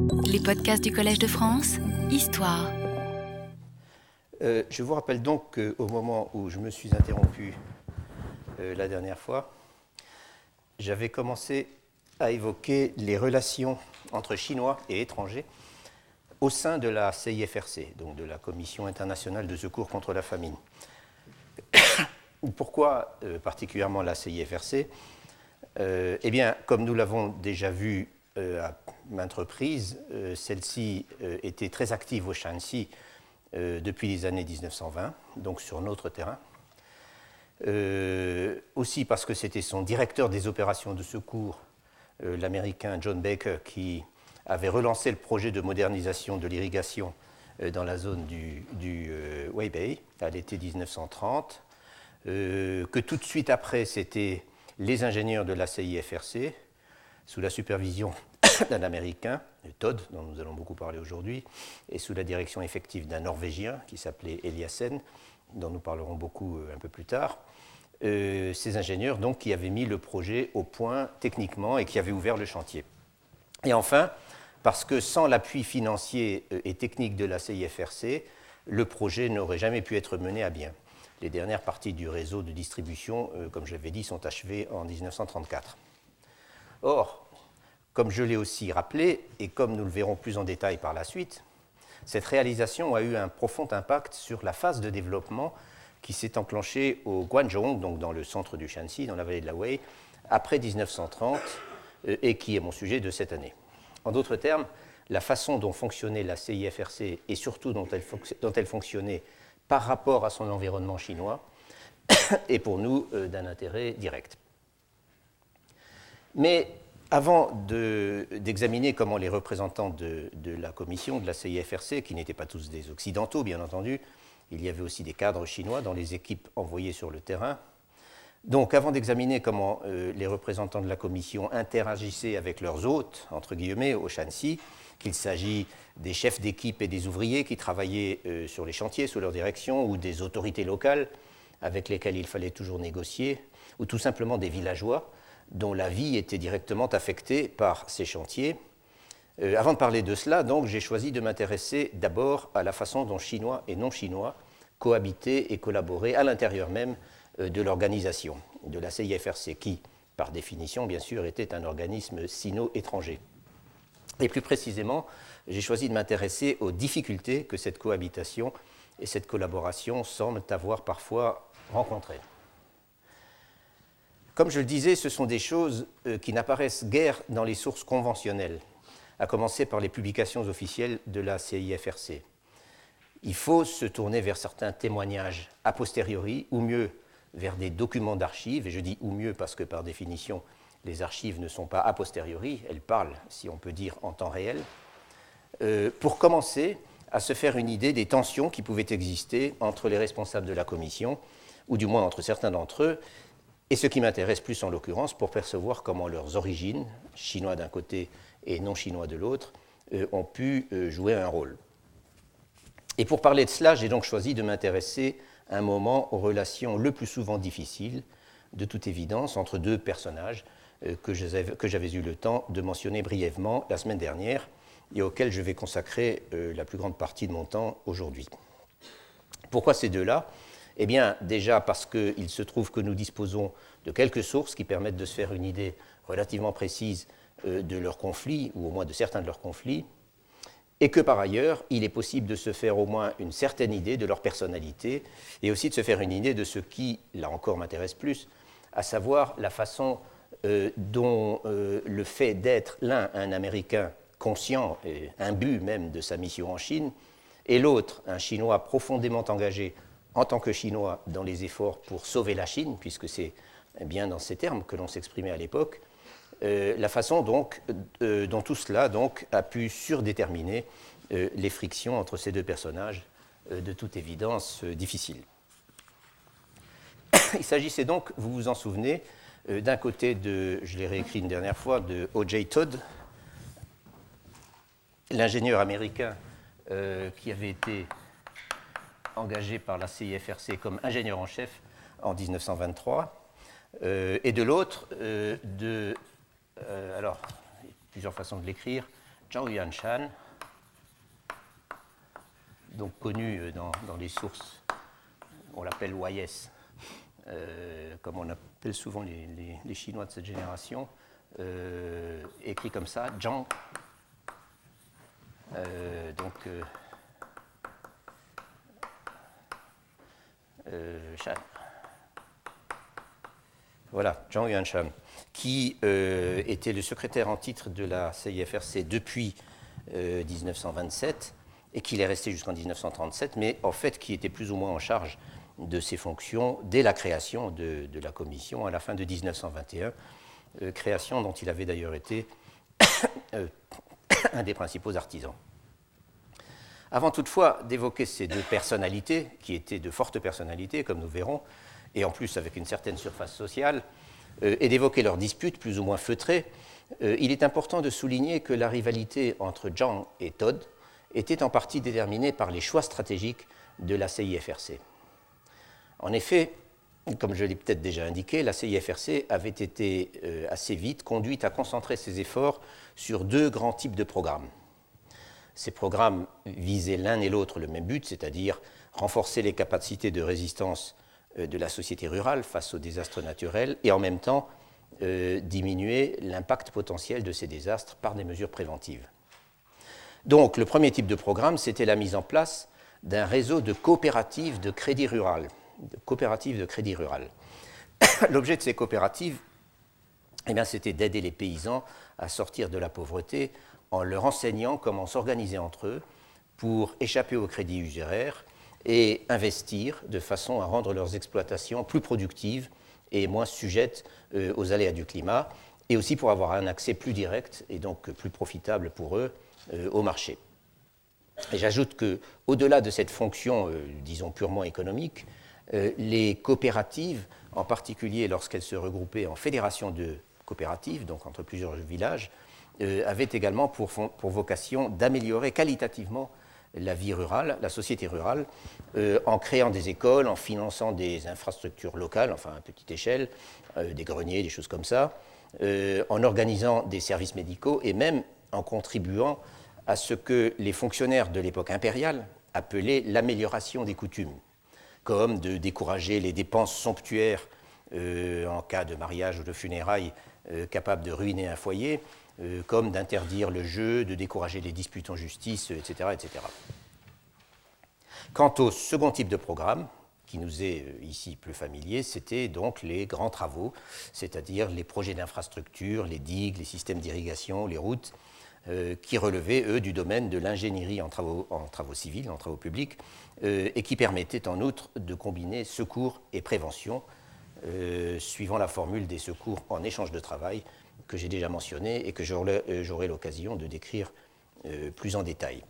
Les podcasts du Collège de France, Histoire. Je vous rappelle donc qu'au moment où je me suis interrompu la dernière fois, j'avais commencé à évoquer les relations entre Chinois et étrangers au sein de la CIFRC, donc de la Commission internationale de secours contre la famine. Pourquoi particulièrement la CIFRC ? Eh bien, comme nous l'avons déjà vu à maintes reprises, celle-ci était très active au Shanxi depuis les années 1920, donc sur notre terrain. Aussi parce que c'était son directeur des opérations de secours, l'Américain John Baker, qui avait relancé le projet de modernisation de l'irrigation dans la zone du Weibei à l'été 1930, que tout de suite après, c'était les ingénieurs de la CIFRC, sous la supervision d'un Américain, Todd, dont nous allons beaucoup parler aujourd'hui, et sous la direction effective d'un Norvégien qui s'appelait Eliassen, dont nous parlerons beaucoup un peu plus tard. Ces ingénieurs donc, qui avaient mis le projet au point techniquement et qui avaient ouvert le chantier. Et enfin, parce que sans l'appui financier et technique de la CIFRC, le projet n'aurait jamais pu être mené à bien. Les dernières parties du réseau de distribution, comme je l'avais dit, sont achevées en 1934. Or, comme je l'ai aussi rappelé, et comme nous le verrons plus en détail par la suite, cette réalisation a eu un profond impact sur la phase de développement qui s'est enclenchée au Guangzhou, donc dans le centre du Shanxi, dans la vallée de la Wei, après 1930, et qui est mon sujet de cette année. En d'autres termes, la façon dont fonctionnait la CIFRC et surtout dont elle fonctionnait par rapport à son environnement chinois est pour nous d'un intérêt direct. Mais avant d'examiner comment les représentants de la commission, de la CIFRC, qui n'étaient pas tous des Occidentaux, bien entendu, il y avait aussi des cadres chinois dans les équipes envoyées sur le terrain. Donc, avant d'examiner comment les représentants de la commission interagissaient avec leurs hôtes, entre guillemets, au Shanxi, qu'il s'agit des chefs d'équipe et des ouvriers qui travaillaient sur les chantiers sous leur direction, ou des autorités locales avec lesquelles il fallait toujours négocier, ou tout simplement des villageois dont la vie était directement affectée par ces chantiers. Avant de parler de cela, donc, j'ai choisi de m'intéresser d'abord à la façon dont Chinois et non-Chinois cohabitaient et collaboraient à l'intérieur même de l'organisation de la CIFRC, qui, par définition, bien sûr, était un organisme sino-étranger. Et plus précisément, j'ai choisi de m'intéresser aux difficultés que cette cohabitation et cette collaboration semblent avoir parfois rencontrées. Comme je le disais, ce sont des choses qui n'apparaissent guère dans les sources conventionnelles, à commencer par les publications officielles de la CIFRC. Il faut se tourner vers certains témoignages a posteriori, ou mieux, vers des documents d'archives, et je dis ou mieux parce que par définition, les archives ne sont pas a posteriori, elles parlent, si on peut dire, en temps réel, pour commencer à se faire une idée des tensions qui pouvaient exister entre les responsables de la commission, ou du moins entre certains d'entre eux, et ce qui m'intéresse plus en l'occurrence, pour percevoir comment leurs origines, chinois d'un côté et non chinois de l'autre, ont pu jouer un rôle. Et pour parler de cela, j'ai donc choisi de m'intéresser un moment aux relations le plus souvent difficiles, de toute évidence, entre deux personnages que j'avais eu le temps de mentionner brièvement la semaine dernière et auxquels je vais consacrer la plus grande partie de mon temps aujourd'hui. Pourquoi ces deux-là ? Eh bien, déjà parce qu'il se trouve que nous disposons de quelques sources qui permettent de se faire une idée relativement précise de leurs conflits, ou au moins de certains de leurs conflits, et que par ailleurs, il est possible de se faire au moins une certaine idée de leur personnalité, et aussi de se faire une idée de ce qui, là encore, m'intéresse plus, à savoir la façon dont le fait d'être l'un un Américain conscient et imbu même de sa mission en Chine, et l'autre un Chinois profondément engagé en tant que Chinois dans les efforts pour sauver la Chine, puisque c'est bien dans ces termes que l'on s'exprimait à l'époque, la façon donc, dont tout cela donc, a pu surdéterminer les frictions entre ces deux personnages, de toute évidence difficiles. Il s'agissait donc, vous vous en souvenez, d'un côté de, je l'ai réécrit une dernière fois, de O.J. Todd, l'ingénieur américain qui avait été engagé par la CIFRC comme ingénieur en chef en 1923, et de l'autre, alors, il y a plusieurs façons de l'écrire, Zhang Yuanshan, donc connu dans les sources, on l'appelle YS, comme on appelle souvent les Chinois de cette génération, écrit comme ça, Zhang. Shan. Voilà, Zhang Yuanshan, qui était le secrétaire en titre de la CIFRC depuis 1927 et qu'il est resté jusqu'en 1937, mais en fait qui était plus ou moins en charge de ses fonctions dès la création de la commission à la fin de 1921, création dont il avait d'ailleurs été un des principaux artisans. Avant toutefois d'évoquer ces deux personnalités, qui étaient de fortes personnalités, comme nous verrons, et en plus avec une certaine surface sociale, et d'évoquer leurs disputes plus ou moins feutrées, il est important de souligner que la rivalité entre Zhang et Todd était en partie déterminée par les choix stratégiques de la CIFRC. En effet, comme je l'ai peut-être déjà indiqué, la CIFRC avait été assez vite conduite à concentrer ses efforts sur deux grands types de programmes. Ces programmes visaient l'un et l'autre le même but, c'est-à-dire renforcer les capacités de résistance de la société rurale face aux désastres naturels et en même temps diminuer l'impact potentiel de ces désastres par des mesures préventives. Donc le premier type de programme, c'était la mise en place d'un réseau de coopératives de crédit rural. L'objet de ces coopératives, c'était d'aider les paysans à sortir de la pauvreté en leur enseignant comment s'organiser entre eux pour échapper au crédit usuraire et investir de façon à rendre leurs exploitations plus productives et moins sujettes aux aléas du climat, et aussi pour avoir un accès plus direct et donc plus profitable pour eux au marché. Et j'ajoute qu'au-delà de cette fonction, disons, purement économique, les coopératives, en particulier lorsqu'elles se regroupaient en fédérations de coopératives, donc entre plusieurs villages, avaient également pour vocation d'améliorer qualitativement la vie rurale, la société rurale, en créant des écoles, en finançant des infrastructures locales, enfin à petite échelle, des greniers, des choses comme ça, en organisant des services médicaux et même en contribuant à ce que les fonctionnaires de l'époque impériale appelaient l'amélioration des coutumes, comme de décourager les dépenses somptuaires en cas de mariage ou de funérailles capables de ruiner un foyer, comme d'interdire le jeu, de décourager les disputes en justice, etc., etc. Quant au second type de programme, qui nous est ici plus familier, c'était donc les grands travaux, c'est-à-dire les projets d'infrastructure, les digues, les systèmes d'irrigation, les routes, qui relevaient, eux, du domaine de l'ingénierie en travaux civils, en travaux publics, et qui permettaient en outre de combiner secours et prévention, suivant la formule des secours en échange de travail, que j'ai déjà mentionné et que j'aurai l'occasion de décrire plus en détail.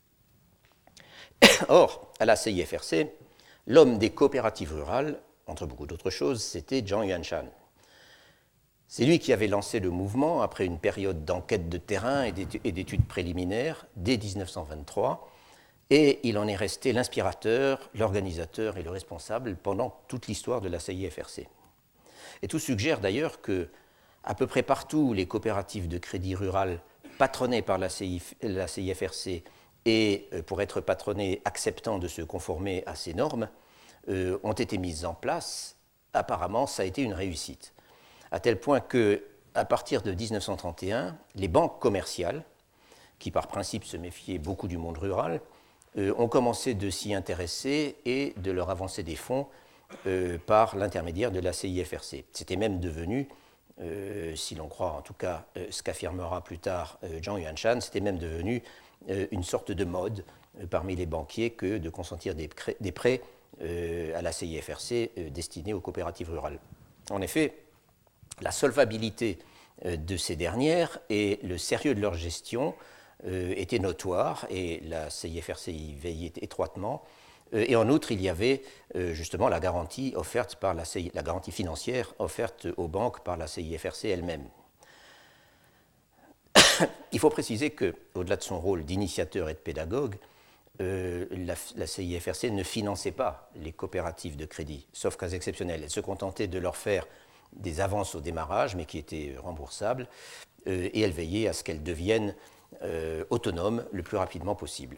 Or, à la CIFRC, l'homme des coopératives rurales, entre beaucoup d'autres choses, c'était Zhang Yuanshan. C'est lui qui avait lancé le mouvement après une période d'enquête de terrain et d'études préliminaires dès 1923, et il en est resté l'inspirateur, l'organisateur et le responsable pendant toute l'histoire de la CIFRC. Et tout suggère d'ailleurs que à peu près partout où les coopératives de crédit rural patronnées par la CIFRC et, pour être patronnées, acceptant de se conformer à ces normes, ont été mises en place, apparemment, ça a été une réussite. À tel point qu'à partir de 1931, les banques commerciales, qui par principe se méfiaient beaucoup du monde rural, ont commencé de s'y intéresser et de leur avancer des fonds par l'intermédiaire de la CIFRC. C'était même devenu, si l'on croit en tout cas ce qu'affirmera plus tard Zhang Yuanshan, c'était même devenu une sorte de mode parmi les banquiers que de consentir des prêts à la CIFRC destinés aux coopératives rurales. En effet, la solvabilité de ces dernières et le sérieux de leur gestion étaient notoires et la CIFRC y veillait étroitement. Et en outre, il y avait justement la garantie offerte par la garantie financière offerte aux banques par la CIFRC elle-même. Il faut préciser qu'au-delà de son rôle d'initiateur et de pédagogue, la CIFRC ne finançait pas les coopératives de crédit, sauf cas exceptionnels. Elle se contentait de leur faire des avances au démarrage, mais qui étaient remboursables, et elle veillait à ce qu'elles deviennent autonome le plus rapidement possible.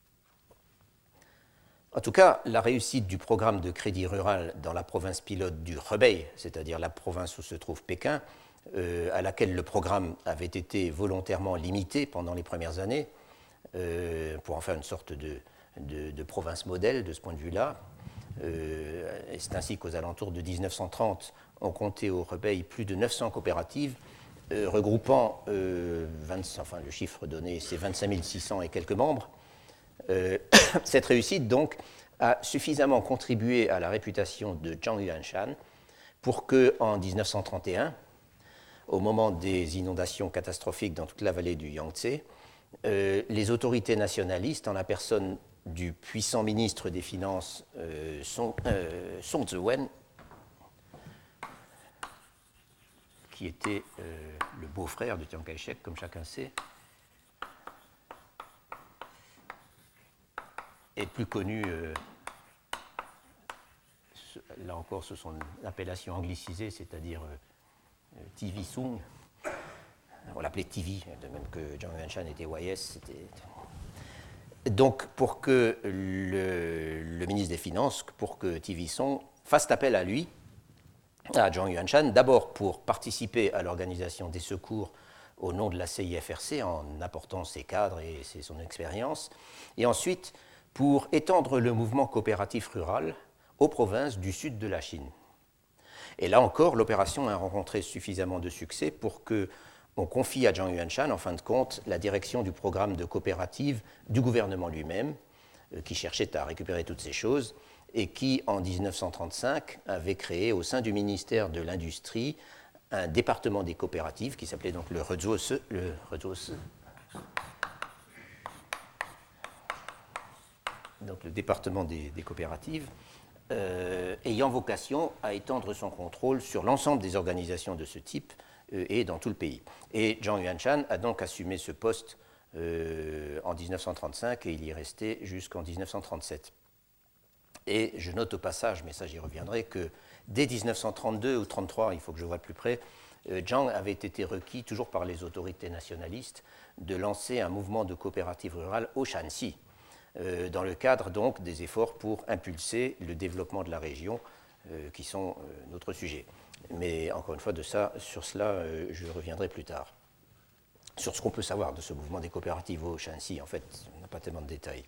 En tout cas, la réussite du programme de crédit rural dans la province pilote du Hebei, c'est-à-dire la province où se trouve Pékin, à laquelle le programme avait été volontairement limité pendant les premières années, pour en faire une sorte de province modèle de ce point de vue-là. C'est ainsi qu'aux alentours de 1930, on comptait au Hebei plus de 900 coopératives, regroupant, le chiffre donné, c'est 25 600 et quelques membres. Cette réussite, donc, a suffisamment contribué à la réputation de Zhang Yuanshan pour que, en 1931, au moment des inondations catastrophiques dans toute la vallée du Yangtze, les autorités nationalistes, en la personne du puissant ministre des Finances Song Tzu-wen, qui était le beau-frère de Chiang Kai-shek, comme chacun sait, est plus connu, là encore, ce sont une appellation anglicisée, c'est-à-dire TV Sung. On l'appelait TV, de même que Zhang Yuanshan était YS. Donc, pour que le ministre des Finances, pour que TV Sung fasse appel à lui, à Zhang Yuanshan, d'abord pour participer à l'organisation des secours au nom de la CIFRC en apportant ses cadres et son expérience, et ensuite pour étendre le mouvement coopératif rural aux provinces du sud de la Chine. Et là encore, l'opération a rencontré suffisamment de succès pour qu'on confie à Zhang Yuanshan, en fin de compte, la direction du programme de coopérative du gouvernement lui-même, qui cherchait à récupérer toutes ces choses, et qui, en 1935, avait créé au sein du ministère de l'Industrie un département des coopératives qui s'appelait donc le Rezhuose, donc le département des coopératives, ayant vocation à étendre son contrôle sur l'ensemble des organisations de ce type et dans tout le pays. Et Zhang Yuanshan a donc assumé ce poste en 1935 et il y est resté jusqu'en 1937. Et je note au passage, mais ça j'y reviendrai, que dès 1932 ou 1933, il faut que je voie plus près, Zhang avait été requis, toujours par les autorités nationalistes, de lancer un mouvement de coopérative rurale au Shanxi, dans le cadre donc des efforts pour impulser le développement de la région, qui sont notre sujet. Mais encore une fois, sur cela, je reviendrai plus tard. Sur ce qu'on peut savoir de ce mouvement des coopératives au Shanxi, en fait, on n'a pas tellement de détails.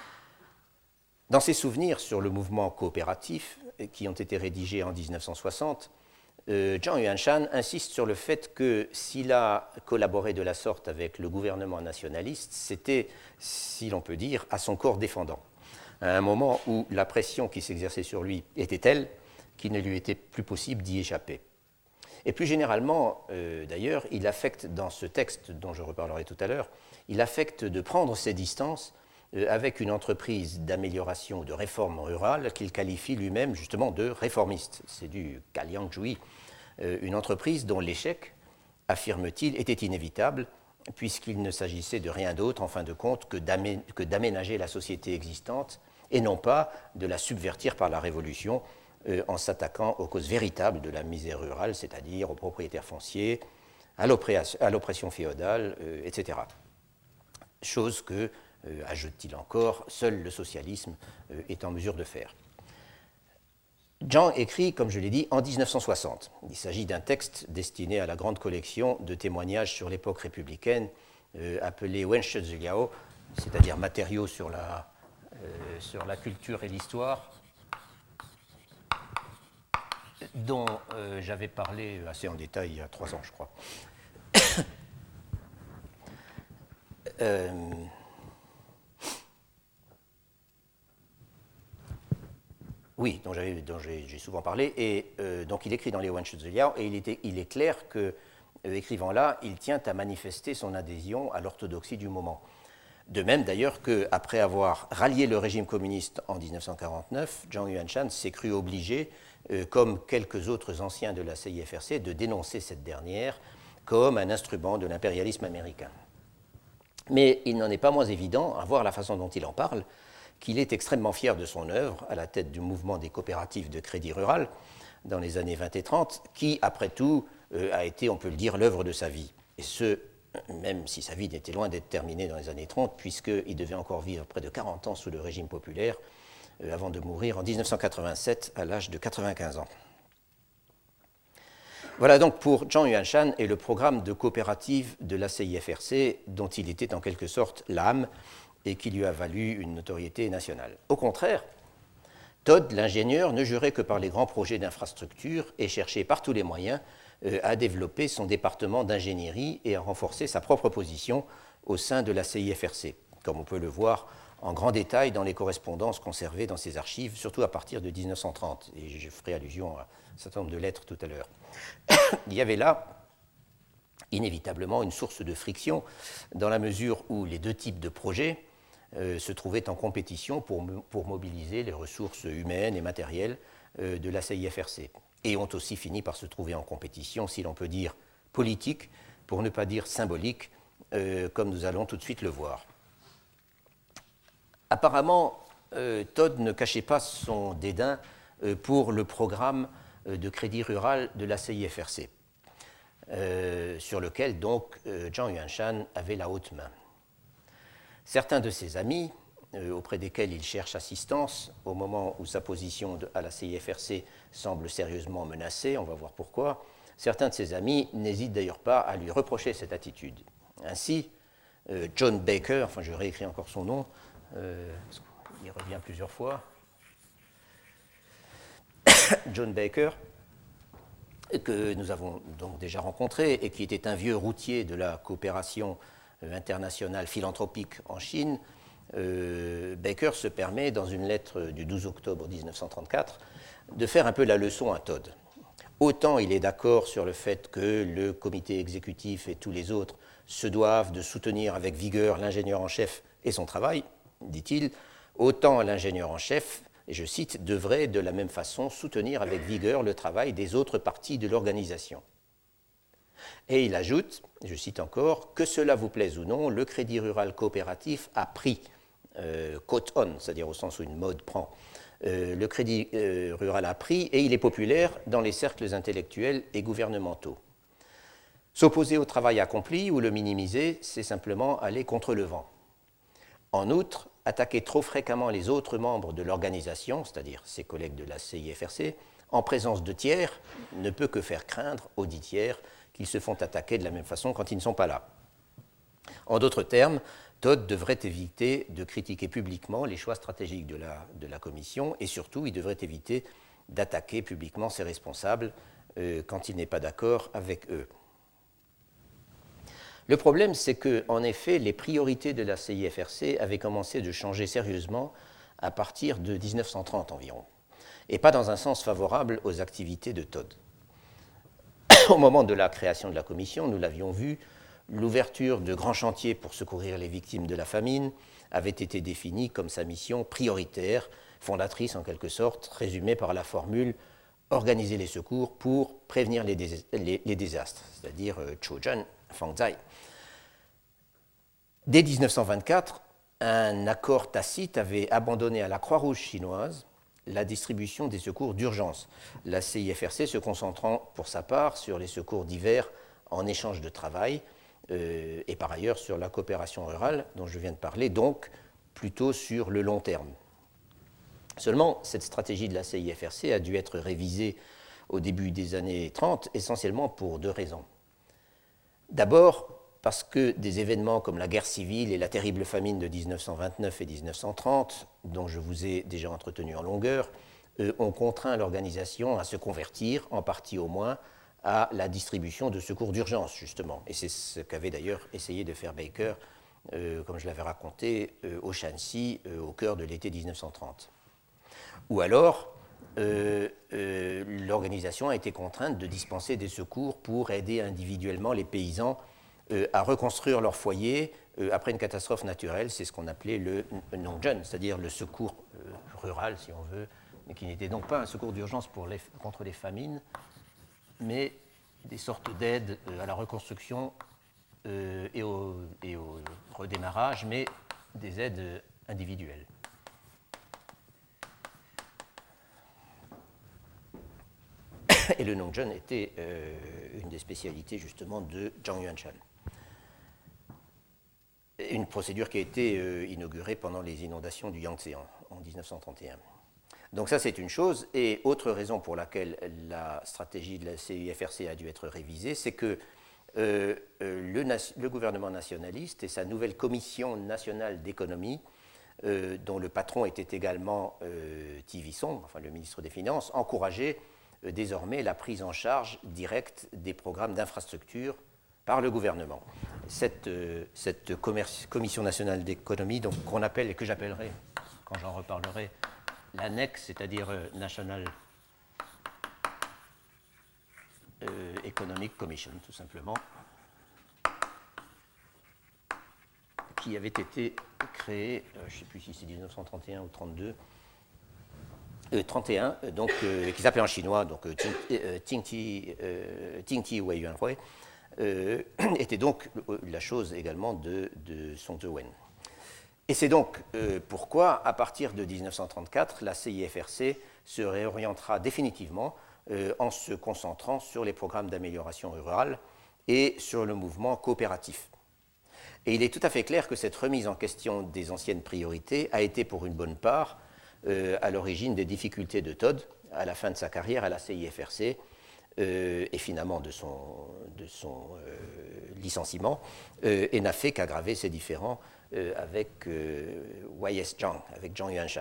Dans ses souvenirs sur le mouvement coopératif, qui ont été rédigés en 1960, Zhang Yuanshan insiste sur le fait que s'il a collaboré de la sorte avec le gouvernement nationaliste, c'était, si l'on peut dire, à son corps défendant, à un moment où la pression qui s'exerçait sur lui était telle qu'il ne lui était plus possible d'y échapper. Et plus généralement, d'ailleurs, il affecte, dans ce texte dont je reparlerai tout à l'heure, il affecte de prendre ses distances avec une entreprise d'amélioration ou de réforme rurale qu'il qualifie lui-même justement de réformiste. C'est du Kaliang-Zhui, une entreprise dont l'échec, affirme-t-il, était inévitable, puisqu'il ne s'agissait de rien d'autre, en fin de compte, que d'aménager la société existante, et non pas de la subvertir par la révolution, en s'attaquant aux causes véritables de la misère rurale, c'est-à-dire aux propriétaires fonciers, à l'oppression féodale, etc. Chose que, ajoute-t-il encore, seul le socialisme est en mesure de faire. Zhang écrit, comme je l'ai dit, en 1960. Il s'agit d'un texte destiné à la grande collection de témoignages sur l'époque républicaine, appelé Wenshi Ziliao, c'est-à-dire matériaux sur la culture et l'histoire, dont j'avais parlé assez en détail il y a 3 ans, je crois. Oui, dont j'ai souvent parlé, et donc il écrit dans les Wenshi Ziliao, et il est clair que, écrivant là, il tient à manifester son adhésion à l'orthodoxie du moment. De même d'ailleurs qu'après avoir rallié le régime communiste en 1949, Zhang Yuanshan s'est cru obligé, comme quelques autres anciens de la CIFRC, de dénoncer cette dernière comme un instrument de l'impérialisme américain. Mais il n'en est pas moins évident, à voir la façon dont il en parle, qu'il est extrêmement fier de son œuvre à la tête du mouvement des coopératives de crédit rural dans les années 20 et 30, qui, après tout, a été, on peut le dire, l'œuvre de sa vie. Et ce, même si sa vie n'était loin d'être terminée dans les années 30, puisqu'il devait encore vivre près de 40 ans sous le régime populaire, avant de mourir en 1987 à l'âge de 95 ans. Voilà donc pour Zhang Yuanshan et le programme de coopérative de la CIFRC, dont il était en quelque sorte l'âme et qui lui a valu une notoriété nationale. Au contraire, Todd, l'ingénieur, ne jurait que par les grands projets d'infrastructure et cherchait par tous les moyens à développer son département d'ingénierie et à renforcer sa propre position au sein de la CIFRC, comme on peut le voir en grand détail dans les correspondances conservées dans ses archives, surtout à partir de 1930. Et je ferai allusion à un certain nombre de lettres tout à l'heure. Il y avait là, inévitablement, une source de friction, dans la mesure où les deux types de projets se trouvaient en compétition pour mobiliser les ressources humaines et matérielles de la CIFRC. Et ont aussi fini par se trouver en compétition, si l'on peut dire politique, pour ne pas dire symbolique, comme nous allons tout de suite le voir. Apparemment, Todd ne cachait pas son dédain pour le programme de crédit rural de la CIFRC, sur lequel donc Zhang Yuanshan avait la haute main. Certains de ses amis, auprès desquels il cherche assistance, au moment où sa position à la CIFRC semble sérieusement menacée, on va voir pourquoi, certains de ses amis n'hésitent d'ailleurs pas à lui reprocher cette attitude. Ainsi, John Baker, enfin je réécris encore son nom, il revient plusieurs fois, John Baker, que nous avons donc déjà rencontré et qui était un vieux routier de la coopération internationale philanthropique en Chine, Baker se permet, dans une lettre du 12 octobre 1934, de faire un peu la leçon à Todd. Autant il est d'accord sur le fait que le comité exécutif et tous les autres se doivent de soutenir avec vigueur l'ingénieur en chef et son travail, dit-il, autant l'ingénieur en chef, et je cite, devrait de la même façon soutenir avec vigueur le travail des autres parties de l'organisation. Et il ajoute, je cite encore, que cela vous plaise ou non, le crédit rural coopératif a pris, caught on, c'est-à-dire au sens où une mode prend, le crédit rural a pris et il est populaire dans les cercles intellectuels et gouvernementaux. S'opposer au travail accompli ou le minimiser, c'est simplement aller contre le vent. En outre, attaquer trop fréquemment les autres membres de l'organisation, c'est-à-dire ses collègues de la CIFRC, en présence de tiers, ne peut que faire craindre aux dits tiers qu'ils se font attaquer de la même façon quand ils ne sont pas là. En d'autres termes, Todd devrait éviter de critiquer publiquement les choix stratégiques de la Commission et surtout, il devrait éviter d'attaquer publiquement ses responsables quand il n'est pas d'accord avec eux. Le problème, c'est qu'en effet, les priorités de la CIFRC avaient commencé de changer sérieusement à partir de 1930 environ, et pas dans un sens favorable aux activités de Todd. Au moment de la création de la commission, nous l'avions vu, l'ouverture de grands chantiers pour secourir les victimes de la famine avait été définie comme sa mission prioritaire, fondatrice en quelque sorte, résumée par la formule « organiser les secours pour prévenir les désastres », c'est-à-dire Chōjan Fangzai. Dès 1924, un accord tacite avait abandonné à la Croix-Rouge chinoise la distribution des secours d'urgence, la CIFRC se concentrant pour sa part sur les secours divers en échange de travail et par ailleurs sur la coopération rurale dont je viens de parler, donc plutôt sur le long terme. Seulement, cette stratégie de la CIFRC a dû être révisée au début des années 30, essentiellement pour deux raisons. D'abord, parce que des événements comme la guerre civile et la terrible famine de 1929 et 1930, dont je vous ai déjà entretenu en longueur, ont contraint l'organisation à se convertir, en partie au moins, à la distribution de secours d'urgence, justement. Et c'est ce qu'avait d'ailleurs essayé de faire Baker, comme je l'avais raconté, au Shanxi, au cœur de l'été 1930. Ou alors, l'organisation a été contrainte de dispenser des secours pour aider individuellement les paysans à reconstruire leur foyer après une catastrophe naturelle. C'est ce qu'on appelait le nongzhen, c'est-à-dire le secours rural, si on veut, mais qui n'était donc pas un secours d'urgence contre les famines, mais des sortes d'aides à la reconstruction et au redémarrage, mais des aides individuelles. Et le nongzhen était une des spécialités justement de Zhang Yuanshan. une procédure qui a été inaugurée pendant les inondations du Yangtze en 1931. Donc ça, c'est une chose. Et autre raison pour laquelle la stratégie de la CIFRC a dû être révisée, c'est que le gouvernement nationaliste et sa nouvelle commission nationale d'économie, dont le patron était également T.V. Song, enfin le ministre des Finances, encourageaient désormais la prise en charge directe des programmes d'infrastructure par le gouvernement. Cette commission nationale d'économie, qu'on appelle et que j'appellerai, quand j'en reparlerai, l'annexe, c'est-à-dire National Economic Commission, tout simplement, qui avait été créée, je ne sais plus si c'est 1931 ou 32, 31, donc, qui s'appelait en chinois donc Tingti Weiyuanhui, était donc la chose également de Song Zewen. Et c'est donc pourquoi, à partir de 1934, la CIFRC se réorientera définitivement en se concentrant sur les programmes d'amélioration rurale et sur le mouvement coopératif. Et il est tout à fait clair que cette remise en question des anciennes priorités a été pour une bonne part à l'origine des difficultés de Todd à la fin de sa carrière à la CIFRC et finalement de son licenciement, et n'a fait qu'aggraver ces différends avec Y.S. Zhang, avec Zhang Yuanshan.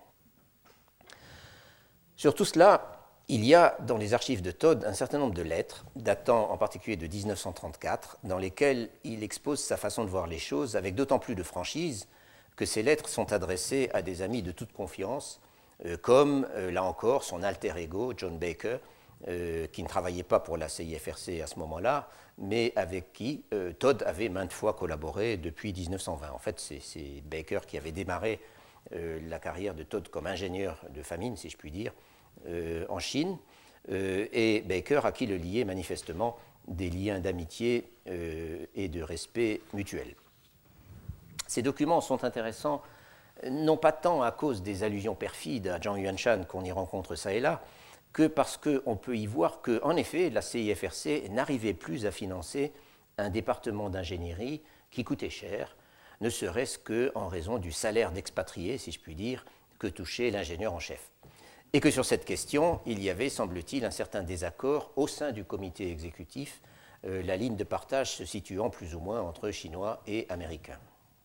Sur tout cela, il y a dans les archives de Todd un certain nombre de lettres, datant en particulier de 1934, dans lesquelles il expose sa façon de voir les choses avec d'autant plus de franchise que ces lettres sont adressées à des amis de toute confiance, comme, là encore, son alter ego, John Baker, qui ne travaillait pas pour la CIFRC à ce moment-là, mais avec qui Todd avait maintes fois collaboré depuis 1920. En fait, c'est Baker qui avait démarré la carrière de Todd comme ingénieur de famine, si je puis dire, en Chine, et Baker à qui le liait manifestement des liens d'amitié et de respect mutuel. Ces documents sont intéressants non pas tant à cause des allusions perfides à Zhang Yuanshan qu'on y rencontre ça et là, que parce qu'on peut y voir qu'en effet, la CIFRC n'arrivait plus à financer un département d'ingénierie qui coûtait cher, ne serait-ce qu'en raison du salaire d'expatrié, si je puis dire, que touchait l'ingénieur en chef. Et que sur cette question, il y avait, semble-t-il, un certain désaccord au sein du comité exécutif, la ligne de partage se situant plus ou moins entre Chinois et Américains.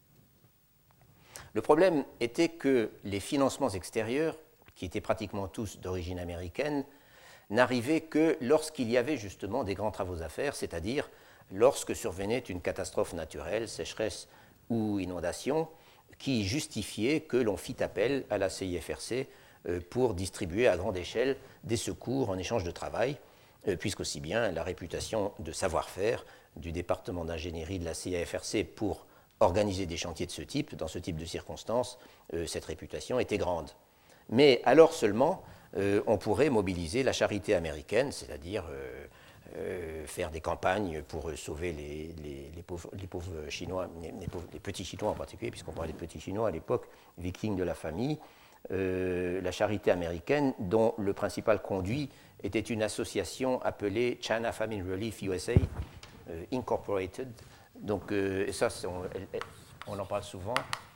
Le problème était que les financements extérieurs, qui étaient pratiquement tous d'origine américaine, n'arrivaient que lorsqu'il y avait justement des grands travaux à faire, c'est-à-dire lorsque survenait une catastrophe naturelle, sécheresse ou inondation, qui justifiait que l'on fît appel à la CIFRC pour distribuer à grande échelle des secours en échange de travail, puisqu'aussi bien la réputation de savoir-faire du département d'ingénierie de la CIFRC pour organiser des chantiers de ce type, dans ce type de circonstances, cette réputation était grande. Mais alors seulement, on pourrait mobiliser la charité américaine, c'est-à-dire faire des campagnes pour sauver les pauvres Chinois, les petits Chinois en particulier, puisqu'on parlait de petits Chinois à l'époque, vikings de la famille, la charité américaine, dont le principal conduit était une association appelée China Famine Relief USA Incorporated. Donc, et ça, on en parle souvent,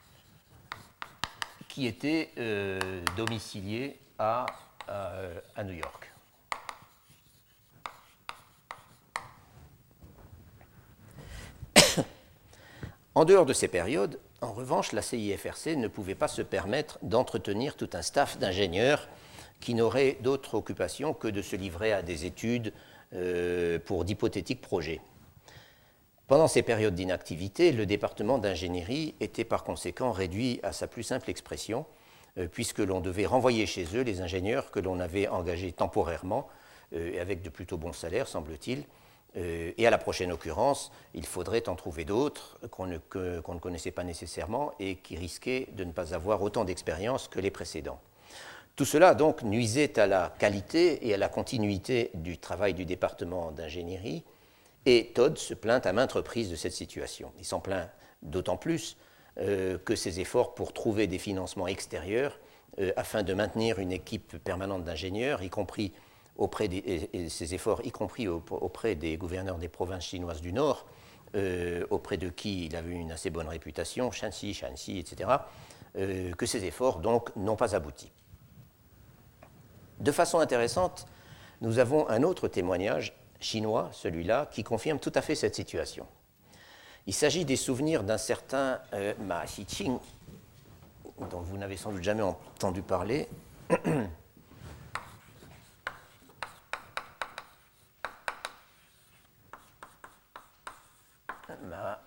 qui était domicilié à New York. En dehors de ces périodes, en revanche, la CIFRC ne pouvait pas se permettre d'entretenir tout un staff d'ingénieurs qui n'auraient d'autre occupation que de se livrer à des études pour d'hypothétiques projets. Pendant ces périodes d'inactivité, le département d'ingénierie était par conséquent réduit à sa plus simple expression, puisque l'on devait renvoyer chez eux les ingénieurs que l'on avait engagés temporairement, avec de plutôt bons salaires, semble-t-il, et à la prochaine occurrence, il faudrait en trouver d'autres qu'on ne connaissait pas nécessairement et qui risquaient de ne pas avoir autant d'expérience que les précédents. Tout cela donc nuisait à la qualité et à la continuité du travail du département d'ingénierie, et Todd se plaint à maintes reprises de cette situation. Il s'en plaint d'autant plus que ses efforts pour trouver des financements extérieurs afin de maintenir une équipe permanente d'ingénieurs, y compris auprès des gouverneurs des provinces chinoises du Nord, auprès de qui il avait une assez bonne réputation, Shanxi, etc., que ces efforts, donc, n'ont pas abouti. De façon intéressante, nous avons un autre témoignage chinois, celui-là, qui confirme tout à fait cette situation. Il s'agit des souvenirs d'un certain Ma Xiqing, dont vous n'avez sans doute jamais entendu parler. Ma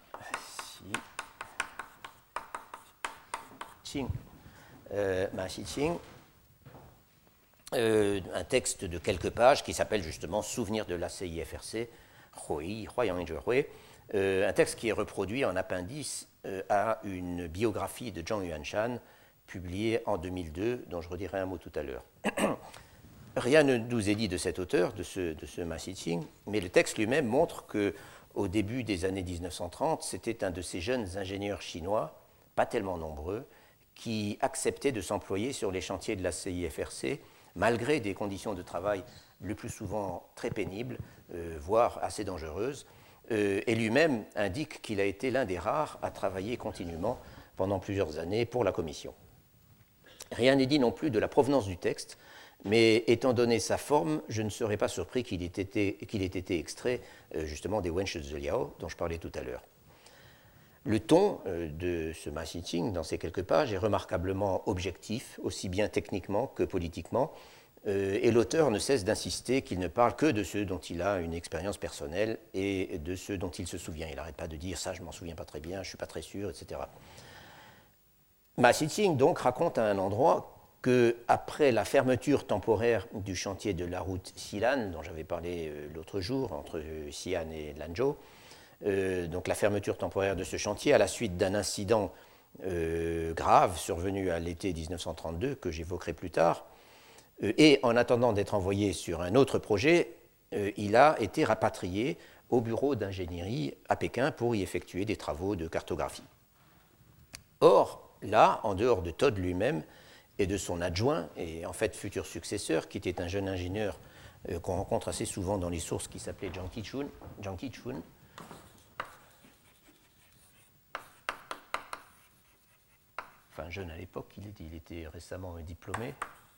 Xiqing, un texte de quelques pages qui s'appelle justement Souvenirs de la CIFRC, un texte qui est reproduit en appendice à une biographie de Zhang Yuanshan, publiée en 2002, dont je redirai un mot tout à l'heure. Rien ne nous est dit de cet auteur, de ce Ma Xiqing, mais le texte lui-même montre qu'au début des années 1930, c'était un de ces jeunes ingénieurs chinois, pas tellement nombreux, qui acceptaient de s'employer sur les chantiers de la CIFRC, malgré des conditions de travail le plus souvent très pénibles, voire assez dangereuses, et lui-même indique qu'il a été l'un des rares à travailler continuellement pendant plusieurs années pour la commission. Rien n'est dit non plus de la provenance du texte, mais étant donné sa forme, je ne serais pas surpris qu'il ait été extrait justement des Wenshi de Liao, dont je parlais tout à l'heure. Le ton de ce Ma Xiqing, dans ces quelques pages, est remarquablement objectif, aussi bien techniquement que politiquement, et l'auteur ne cesse d'insister qu'il ne parle que de ceux dont il a une expérience personnelle et de ceux dont il se souvient. Il n'arrête pas de dire « ça, je ne m'en souviens pas très bien, je ne suis pas très sûr », etc. Ma Xiqing, donc, raconte à un endroit qu'après la fermeture temporaire du chantier de la route Xilan, dont j'avais parlé l'autre jour, entre Xi'an et Lanzhou, donc la fermeture temporaire de ce chantier à la suite d'un incident grave survenu à l'été 1932, que j'évoquerai plus tard, et en attendant d'être envoyé sur un autre projet, il a été rapatrié au bureau d'ingénierie à Pékin pour y effectuer des travaux de cartographie. Or, là, en dehors de Todd lui-même et de son adjoint, et en fait futur successeur, qui était un jeune ingénieur qu'on rencontre assez souvent dans les sources, qui s'appelait Jiang Qichun, enfin jeune à l'époque, il était récemment diplômé.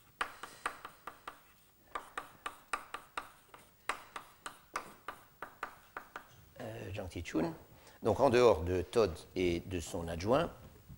Jiang Qichun. Donc en dehors de Todd et de son adjoint,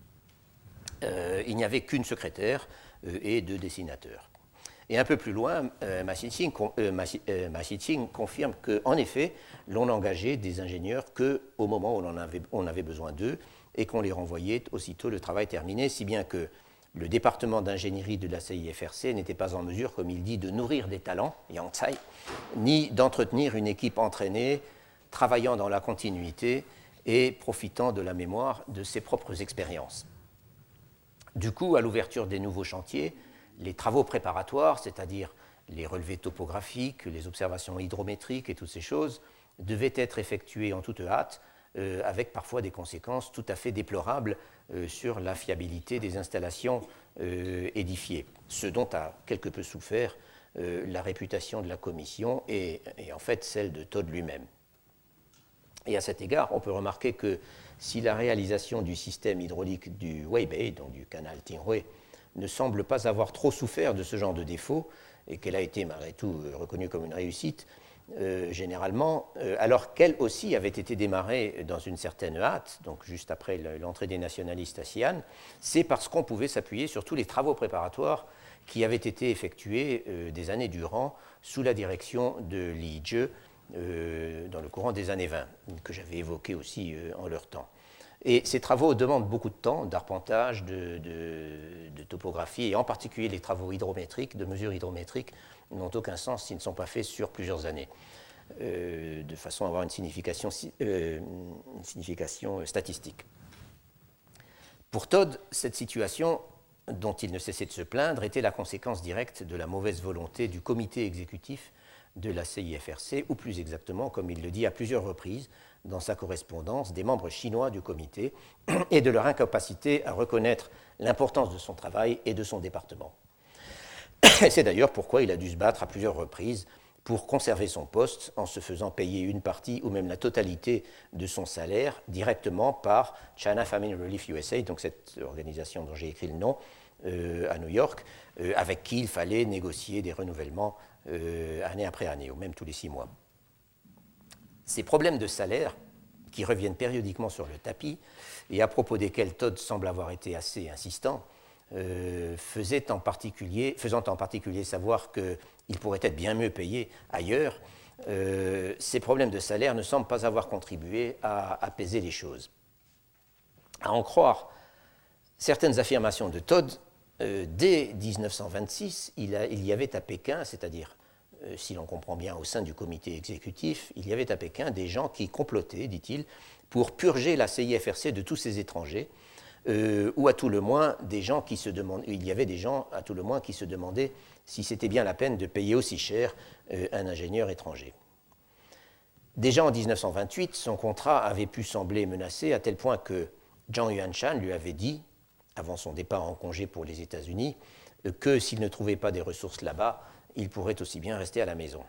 il n'y avait qu'une secrétaire et deux dessinateurs. Et un peu plus loin, Ma Xiqing confirme qu'en effet, l'on n'engageait des ingénieurs qu'au moment où on avait besoin d'eux et qu'on les renvoyait aussitôt le travail terminé, si bien que le département d'ingénierie de la CIFRC n'était pas en mesure, comme il dit, de nourrir des talents, Yangcai, ni d'entretenir une équipe entraînée, travaillant dans la continuité et profitant de la mémoire de ses propres expériences. Du coup, à l'ouverture des nouveaux chantiers, les travaux préparatoires, c'est-à-dire les relevés topographiques, les observations hydrométriques et toutes ces choses, devaient être effectués en toute hâte, avec parfois des conséquences tout à fait déplorables sur la fiabilité des installations édifiées, ce dont a quelque peu souffert la réputation de la commission et en fait celle de Todd lui-même. Et à cet égard, on peut remarquer que si la réalisation du système hydraulique du Weibei, donc du canal Tinghui, ne semble pas avoir trop souffert de ce genre de défauts, et qu'elle a été malgré tout reconnue comme une réussite, généralement, alors qu'elle aussi avait été démarrée dans une certaine hâte, donc juste après l'entrée des nationalistes à Xi'an, c'est parce qu'on pouvait s'appuyer sur tous les travaux préparatoires qui avaient été effectués des années durant sous la direction de Li Zhe, dans le courant des années 20, que j'avais évoqué aussi en leur temps. Et ces travaux demandent beaucoup de temps, d'arpentage, de topographie, et en particulier les travaux hydrométriques, de mesures hydrométriques, n'ont aucun sens s'ils ne sont pas faits sur plusieurs années, de façon à avoir une signification statistique. Pour Todd, cette situation, dont il ne cessait de se plaindre, était la conséquence directe de la mauvaise volonté du comité exécutif de la CIFRC, ou plus exactement, comme il le dit à plusieurs reprises dans sa correspondance, des membres chinois du comité, et de leur incapacité à reconnaître l'importance de son travail et de son département. C'est d'ailleurs pourquoi il a dû se battre à plusieurs reprises pour conserver son poste en se faisant payer une partie ou même la totalité de son salaire directement par China Famine Relief USA, donc cette organisation dont j'ai écrit le nom, à New York, avec qui il fallait négocier des renouvellements année après année, ou même tous les 6 mois. Ces problèmes de salaire, qui reviennent périodiquement sur le tapis, et à propos desquels Todd semble avoir été assez insistant, faisant en particulier savoir qu'il pourrait être bien mieux payé ailleurs, ces problèmes de salaire ne semblent pas avoir contribué à apaiser les choses. À en croire certaines affirmations de Todd, dès 1926, il y avait à Pékin, c'est-à-dire, si l'on comprend bien, au sein du comité exécutif, il y avait à Pékin des gens qui complotaient, dit-il, pour purger la CIFRC de tous ses étrangers, ou à tout le moins des gens qui se demandaient, il y avait des gens à tout le moins qui se demandaient si c'était bien la peine de payer aussi cher un ingénieur étranger. Déjà en 1928, son contrat avait pu sembler menacé à tel point que Zhang Yuanshan lui avait dit, avant son départ en congé pour les États-Unis, que s'il ne trouvait pas des ressources là-bas, il pourrait aussi bien rester à la maison.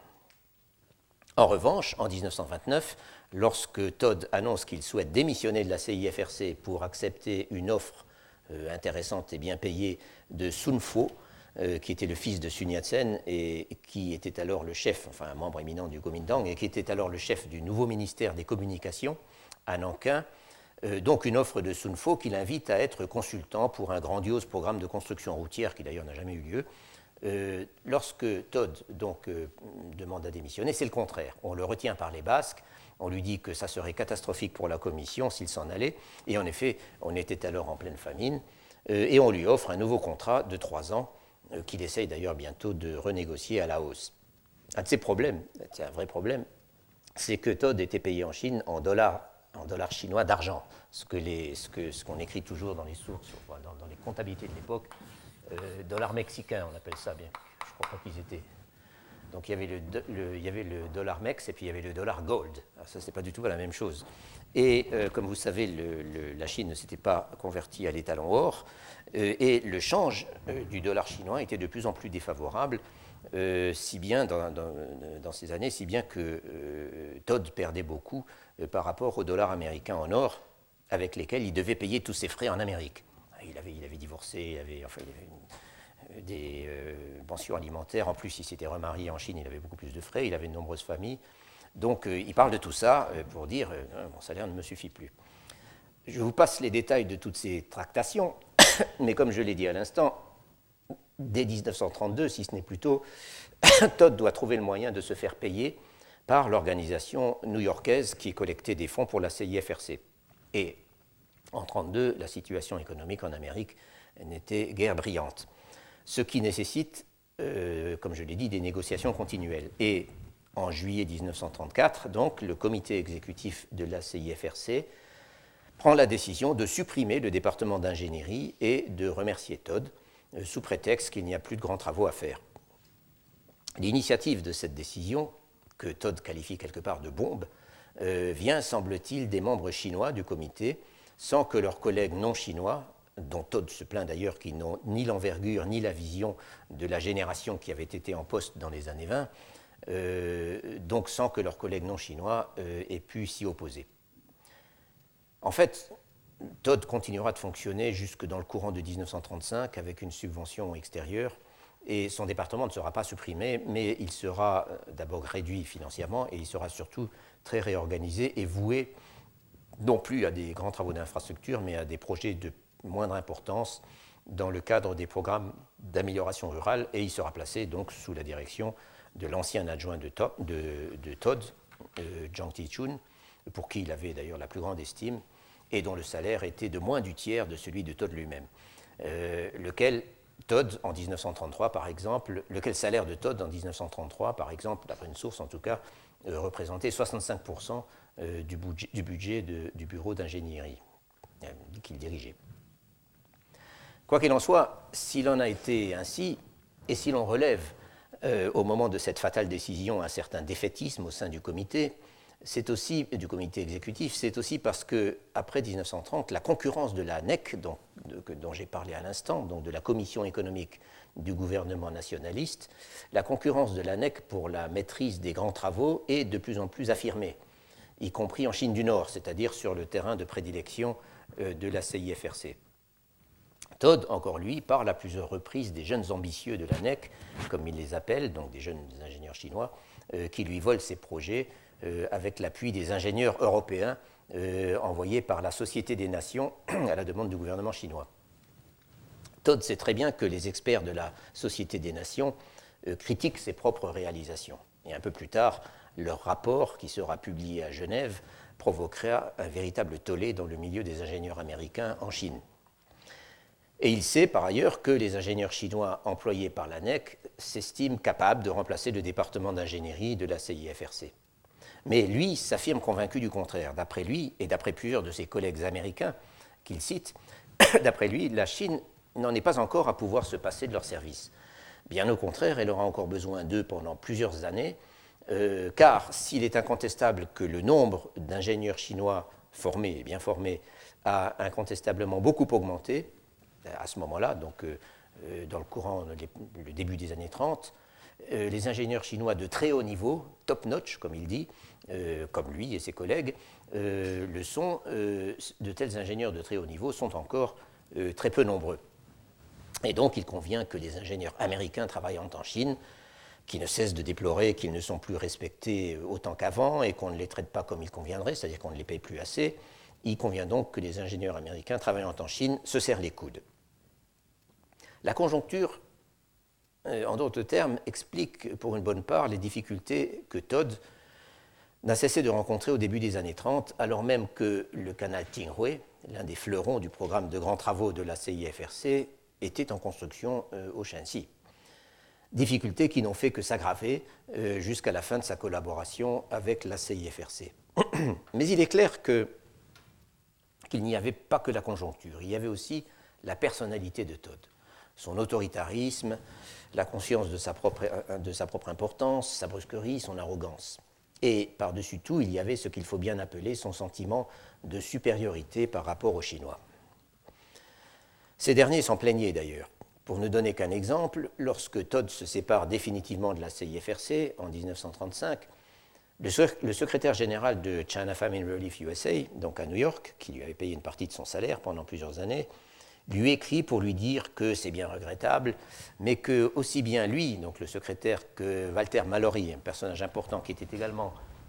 En revanche, en 1929, lorsque Todd annonce qu'il souhaite démissionner de la CIFRC pour accepter une offre intéressante et bien payée de Sun Fo, qui était le fils de Sun Yat-sen et qui était alors le chef, enfin un membre éminent du Kuomintang, et qui était alors le chef du nouveau ministère des Communications à Nankin, donc une offre de Sun Fo qui l'invite à être consultant pour un grandiose programme de construction routière qui d'ailleurs n'a jamais eu lieu. Lorsque Todd donc, demande à démissionner, c'est le contraire. On le retient par les Basques, on lui dit que ça serait catastrophique pour la commission s'il s'en allait, et en effet, on était alors en pleine famine, et on lui offre un nouveau contrat de 3 ans, qu'il essaye d'ailleurs bientôt de renégocier à la hausse. Un de ses problèmes, c'est un vrai problème, c'est que Todd était payé en Chine en dollars chinois d'argent, ce qu'on écrit toujours dans les sources, dans les comptabilités de l'époque, dollars mexicains, on appelle ça bien. Je ne crois pas qu'ils étaient. Donc il y avait le dollar mex et puis il y avait le dollar gold. Alors, ça, ce n'est pas du tout la même chose. Et comme vous savez, la Chine ne s'était pas convertie à l'étalon or, et le change du dollar chinois était de plus en plus défavorable, si bien dans ces années, si bien que Todd perdait beaucoup par rapport au dollar américain en or, avec lesquels il devait payer tous ses frais en Amérique. Il avait divorcé, il avait des pensions alimentaires. En plus, il s'était remarié en Chine, il avait beaucoup plus de frais, il avait de nombreuses familles. Donc, il parle de tout ça pour dire mon salaire ne me suffit plus. Je vous passe les détails de toutes ces tractations, mais comme je l'ai dit à l'instant, dès 1932, si ce n'est plus tôt, Todd doit trouver le moyen de se faire payer par l'organisation new-yorkaise qui collectait des fonds pour la CIFRC. Et en 1932, la situation économique en Amérique n'était guère brillante, ce qui nécessite, comme je l'ai dit, des négociations continuelles. Et en juillet 1934, donc, le comité exécutif de la CIFRC prend la décision de supprimer le département d'ingénierie et de remercier Todd, sous prétexte qu'il n'y a plus de grands travaux à faire. L'initiative de cette décision, que Todd qualifie quelque part de bombe, vient, semble-t-il, des membres chinois du comité, sans que leurs collègues non chinois, dont Todd se plaint d'ailleurs qu'ils n'ont ni l'envergure ni la vision de la génération qui avait été en poste dans les années 20, donc sans que leurs collègues non chinois aient pu s'y opposer. En fait, Todd continuera de fonctionner jusque dans le courant de 1935 avec une subvention extérieure, et son département ne sera pas supprimé, mais il sera d'abord réduit financièrement et il sera surtout très réorganisé et voué non plus à des grands travaux d'infrastructure, mais à des projets de moindre importance dans le cadre des programmes d'amélioration rurale, et il sera placé donc sous la direction de l'ancien adjoint de Todd, Jiang Tichun, pour qui il avait d'ailleurs la plus grande estime, et dont le salaire était de moins du tiers de celui de Todd lui-même, lequel salaire de Todd en 1933, par exemple, d'après une source en tout cas, représentait 65% du budget du bureau d'ingénierie qu'il dirigeait. Quoi qu'il en soit, s'il en a été ainsi, et si l'on relève au moment de cette fatale décision un certain défaitisme au sein du comité, c'est aussi, du comité exécutif, c'est aussi parce qu'après 1930, la concurrence de la NEC, dont j'ai parlé à l'instant, donc de la Commission économique du gouvernement nationaliste, la concurrence de la NEC pour la maîtrise des grands travaux est de plus en plus affirmée, y compris en Chine du Nord, c'est-à-dire sur le terrain de prédilection de la CIFRC. Todd, encore lui, parle à plusieurs reprises des jeunes ambitieux de la NEC, comme il les appelle, donc des jeunes ingénieurs chinois, qui lui volent ses projets avec l'appui des ingénieurs européens envoyés par la Société des Nations à la demande du gouvernement chinois. Todd sait très bien que les experts de la Société des Nations critiquent ses propres réalisations. Et un peu plus tard, leur rapport, qui sera publié à Genève, provoquera un véritable tollé dans le milieu des ingénieurs américains en Chine. Et il sait par ailleurs que les ingénieurs chinois employés par la NEC s'estiment capables de remplacer le département d'ingénierie de la CIFRC. Mais lui s'affirme convaincu du contraire. D'après lui, et d'après plusieurs de ses collègues américains qu'il cite, d'après lui, la Chine n'en est pas encore à pouvoir se passer de leurs services. Bien au contraire, elle aura encore besoin d'eux pendant plusieurs années, car s'il est incontestable que le nombre d'ingénieurs chinois formés et bien formés a incontestablement beaucoup augmenté, à ce moment-là, donc dans le début des années 30, les ingénieurs chinois de très haut niveau, top-notch, comme il dit, comme lui et ses collègues, le sont, de tels ingénieurs de très haut niveau sont encore très peu nombreux. Et donc, il convient que les ingénieurs américains travaillant en Chine, qui ne cessent de déplorer qu'ils ne sont plus respectés autant qu'avant et qu'on ne les traite pas comme il conviendrait, c'est-à-dire qu'on ne les paye plus assez, il convient donc que les ingénieurs américains travaillant en Chine se serrent les coudes. La conjoncture, en d'autres termes, explique pour une bonne part les difficultés que Todd n'a cessé de rencontrer au début des années 30, alors même que le canal Qinghui, l'un des fleurons du programme de grands travaux de la CIFRC, était en construction au Shanxi. Difficultés qui n'ont fait que s'aggraver jusqu'à la fin de sa collaboration avec la CIFRC. Mais il est clair qu'il n'y avait pas que la conjoncture, il y avait aussi la personnalité de Todd. Son autoritarisme, la conscience de sa propre importance, sa brusquerie, son arrogance. Et par-dessus tout, il y avait ce qu'il faut bien appeler son sentiment de supériorité par rapport aux Chinois. Ces derniers s'en plaignaient d'ailleurs. Pour ne donner qu'un exemple, lorsque Todd se sépare définitivement de la CIFRC en 1935, le secrétaire général de China Famine Relief USA, donc à New York, qui lui avait payé une partie de son salaire pendant plusieurs années, lui écrit pour lui dire que c'est bien regrettable, mais que aussi bien lui, donc le secrétaire, que Walter Mallory, un personnage important qui était également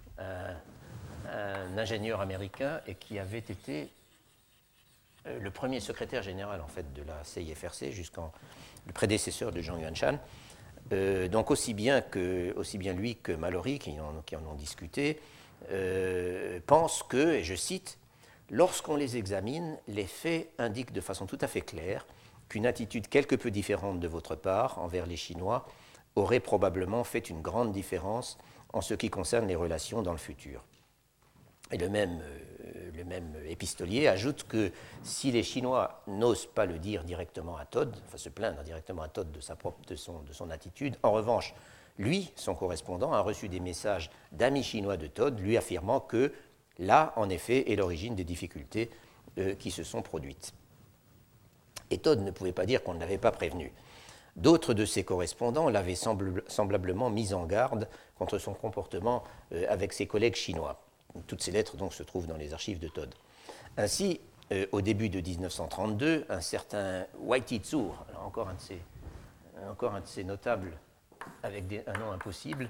un ingénieur américain et qui avait été le premier secrétaire général en fait de la CIFRC jusqu'en le prédécesseur de Zhang Yuanshan. Donc aussi bien lui que Mallory, qui en ont discuté, pensent que, et je cite, lorsqu'on les examine, les faits indiquent de façon tout à fait claire qu'une attitude quelque peu différente de votre part envers les Chinois aurait probablement fait une grande différence en ce qui concerne les relations dans le futur. Et le même épistolier ajoute que si les Chinois n'osent pas le dire directement à Todd, enfin se plaindre directement à Todd de son attitude, en revanche, lui, son correspondant, a reçu des messages d'amis chinois de Todd lui affirmant que là, en effet, est l'origine des difficultés qui se sont produites. Et Todd ne pouvait pas dire qu'on ne l'avait pas prévenu. D'autres de ses correspondants l'avaient semblablement mis en garde contre son comportement avec ses collègues chinois. Toutes ces lettres donc se trouvent dans les archives de Todd. Ainsi, au début de 1932, un certain Wai Tizhou, encore un de ces notables avec un nom impossible,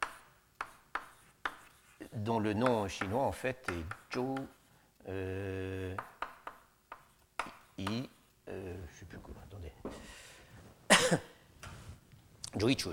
dont le nom chinois en fait est Zhou je ne sais plus quoi, attendez. Zhou Yichun.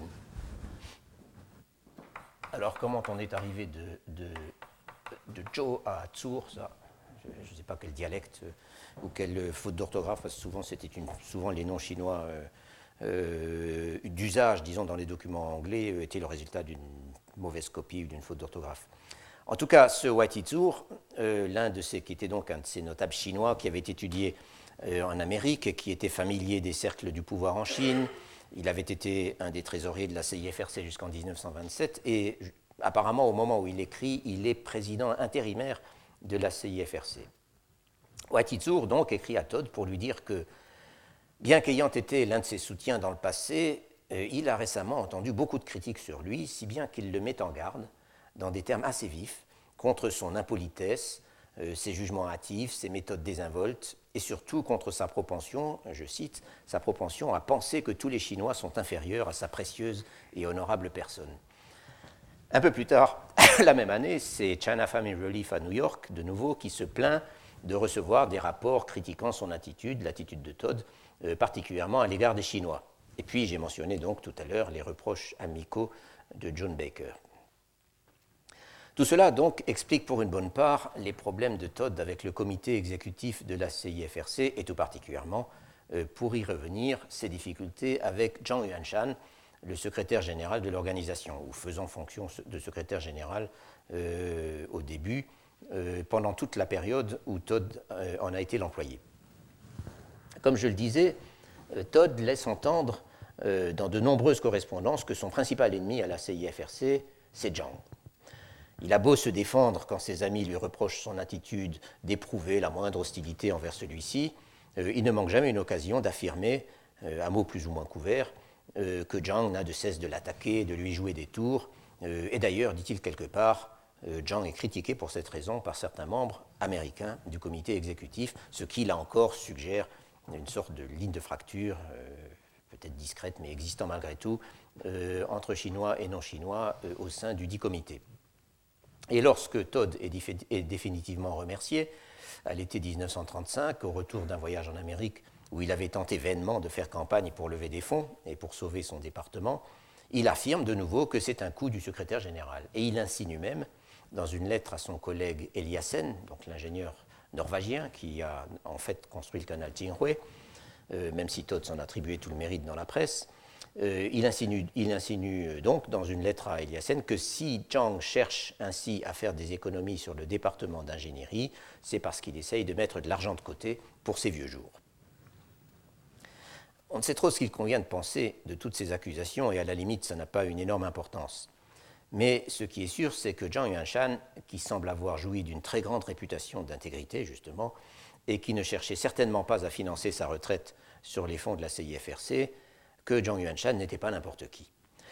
Alors comment on est arrivé de Zhou à Zhou, ça, je ne sais pas quel dialecte ou quelle faute d'orthographe, parce que souvent les noms chinois d'usage, disons, dans les documents anglais, étaient le résultat d'une mauvaise copie ou d'une faute d'orthographe. En tout cas, ce Wai Tizhou, qui était donc un de ces notables chinois qui avait étudié en Amérique et qui était familier des cercles du pouvoir en Chine, il avait été un des trésoriers de la CIFRC jusqu'en 1927 et Apparemment, au moment où il écrit, il est président intérimaire de la CIFRC. Wetitsour, donc, écrit à Todd pour lui dire que, bien qu'ayant été l'un de ses soutiens dans le passé, il a récemment entendu beaucoup de critiques sur lui, si bien qu'il le met en garde, dans des termes assez vifs, contre son impolitesse, ses jugements hâtifs, ses méthodes désinvoltes, et surtout contre sa propension, je cite, sa propension à penser que tous les Chinois sont inférieurs à sa précieuse et honorable personne. Un peu plus tard, la même année, c'est China Family Relief à New York, de nouveau, qui se plaint de recevoir des rapports critiquant son attitude, l'attitude de Todd, particulièrement à l'égard des Chinois. Et puis, j'ai mentionné donc tout à l'heure les reproches amicaux de John Baker. Tout cela, donc, explique pour une bonne part les problèmes de Todd avec le comité exécutif de la CIFRC, et tout particulièrement, pour y revenir, ses difficultés avec Zhang Yuanshan, le secrétaire général de l'organisation, ou faisant fonction de secrétaire général au début, pendant toute la période où Todd en a été l'employé. Comme je le disais, Todd laisse entendre dans de nombreuses correspondances que son principal ennemi à la CIFRC, c'est Zhang. Il a beau se défendre quand ses amis lui reprochent son attitude d'éprouver la moindre hostilité envers celui-ci, il ne manque jamais une occasion d'affirmer, à mots plus ou moins couverts, que Zhang n'a de cesse de l'attaquer, de lui jouer des tours. Et d'ailleurs, dit-il quelque part, Zhang est critiqué pour cette raison par certains membres américains du comité exécutif, ce qui, là encore, suggère une sorte de ligne de fracture, peut-être discrète, mais existant malgré tout, entre Chinois et non-Chinois au sein du dit comité. Et lorsque Todd est définitivement remercié, à l'été 1935, au retour d'un voyage en Amérique où il avait tenté vainement de faire campagne pour lever des fonds et pour sauver son département, il affirme de nouveau que c'est un coup du secrétaire général. Et il insinue même, dans une lettre à son collègue Eliassen, donc l'ingénieur norvégien qui a en fait construit le canal Qinghui, même si Todd s'en attribuait tout le mérite dans la presse, il insinue donc dans une lettre à Eliassen que si Zhang cherche ainsi à faire des économies sur le département d'ingénierie, c'est parce qu'il essaye de mettre de l'argent de côté pour ses vieux jours. On ne sait trop ce qu'il convient de penser de toutes ces accusations et à la limite, ça n'a pas une énorme importance. Mais ce qui est sûr, c'est que Zhang Yuanshan, qui semble avoir joui d'une très grande réputation d'intégrité, justement, et qui ne cherchait certainement pas à financer sa retraite sur les fonds de la CIFRC, que Zhang Yuanshan n'était pas n'importe qui.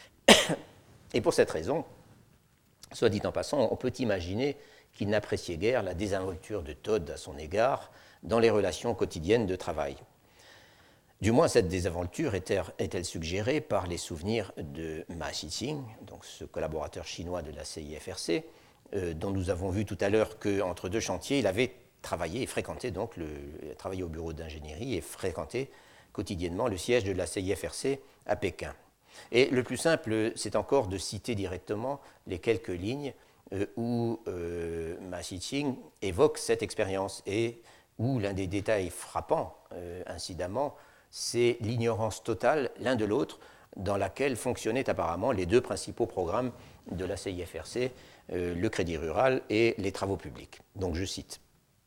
Et pour cette raison, soit dit en passant, on peut imaginer qu'il n'appréciait guère la désinvolture de Todd à son égard dans les relations quotidiennes de travail. Du moins, cette désinvolture est-elle suggérée par les souvenirs de Ma Xiqing, donc ce collaborateur chinois de la CIFRC, dont nous avons vu tout à l'heure qu'entre deux chantiers, il avait travaillé et fréquenté, donc travaillé au bureau d'ingénierie et fréquenté quotidiennement le siège de la CIFRC à Pékin. Et le plus simple, c'est encore de citer directement les quelques lignes où Ma Xiqing évoque cette expérience et où l'un des détails frappants, incidemment, c'est l'ignorance totale l'un de l'autre dans laquelle fonctionnaient apparemment les deux principaux programmes de la CIFRC, le crédit rural et les travaux publics. Donc je cite.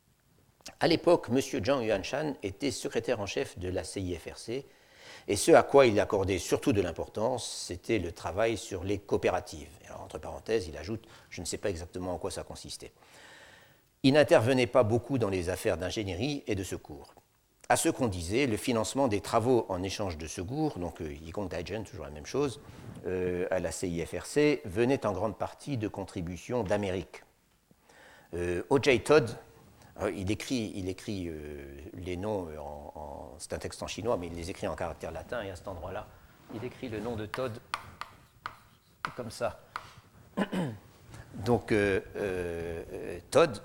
À l'époque, M. Zhang Yuanshan était secrétaire en chef de la CIFRC et ce à quoi il accordait surtout de l'importance, c'était le travail sur les coopératives. Alors, entre parenthèses, il ajoute « je ne sais pas exactement en quoi ça consistait ». Il n'intervenait pas beaucoup dans les affaires d'ingénierie et de secours. À ce qu'on disait, le financement des travaux en échange de secours, donc Yikong Taijen, toujours la même chose, à la CIFRC, venait en grande partie de contributions d'Amérique. O.J. Todd, il écrit les noms, c'est un texte en chinois, mais il les écrit en caractère latin, et à cet endroit-là, il écrit le nom de Todd comme ça. Donc, Todd,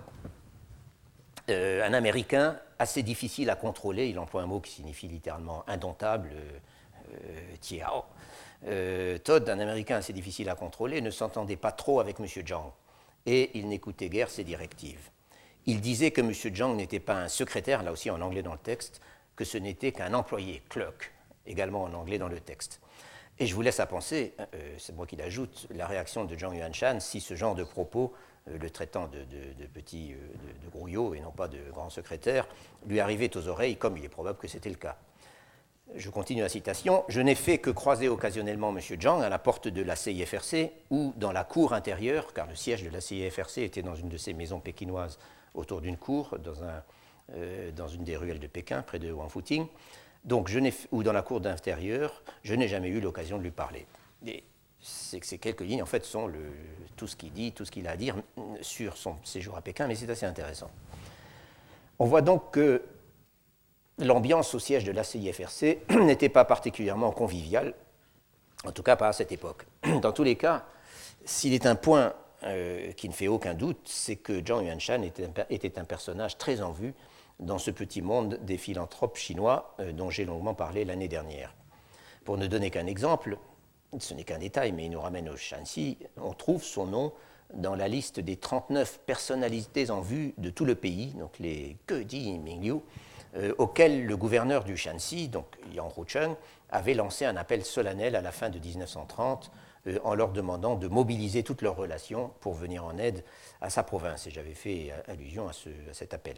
un Américain assez difficile à contrôler, il emploie un mot qui signifie littéralement indomptable, Tiao. Todd, un Américain assez difficile à contrôler, ne s'entendait pas trop avec M. Zhang, et il n'écoutait guère ses directives. Il disait que M. Zhang n'était pas un secrétaire, là aussi en anglais dans le texte, que ce n'était qu'un employé, clerk, également en anglais dans le texte. Et je vous laisse à penser, c'est moi qui l'ajoute, la réaction de Zhang Yuanshan si ce genre de propos, le traitant de petit de grouillot et non pas de grand secrétaire, lui arrivait aux oreilles, comme il est probable que c'était le cas. Je continue la citation. « Je n'ai fait que croiser occasionnellement M. Zhang à la porte de la CIFRC ou dans la cour intérieure, car le siège de la CIFRC était dans une de ces maisons pékinoises autour d'une cour, dans une des ruelles de Pékin, près de Wangfuting. Donc, ou dans la cour d'intérieur, je n'ai jamais eu l'occasion de lui parler. » Et ces quelques lignes, en fait, sont tout ce qu'il dit, tout ce qu'il a à dire sur son séjour à Pékin, mais c'est assez intéressant. On voit donc que l'ambiance au siège de la CIFRC n'était pas particulièrement conviviale, en tout cas pas à cette époque. Dans tous les cas, s'il est un point qui ne fait aucun doute, c'est que Zhang Yuanshan était un personnage très en vue dans ce petit monde des philanthropes chinois dont j'ai longuement parlé l'année dernière. Pour ne donner qu'un exemple, ce n'est qu'un détail, mais il nous ramène au Shanxi, on trouve son nom dans la liste des 39 personnalités en vue de tout le pays, donc les Gedi Mingliu, auquel le gouverneur du Shanxi, donc Yang Hucheng, avait lancé un appel solennel à la fin de 1930 en leur demandant de mobiliser toutes leurs relations pour venir en aide à sa province. Et j'avais fait allusion à cet appel.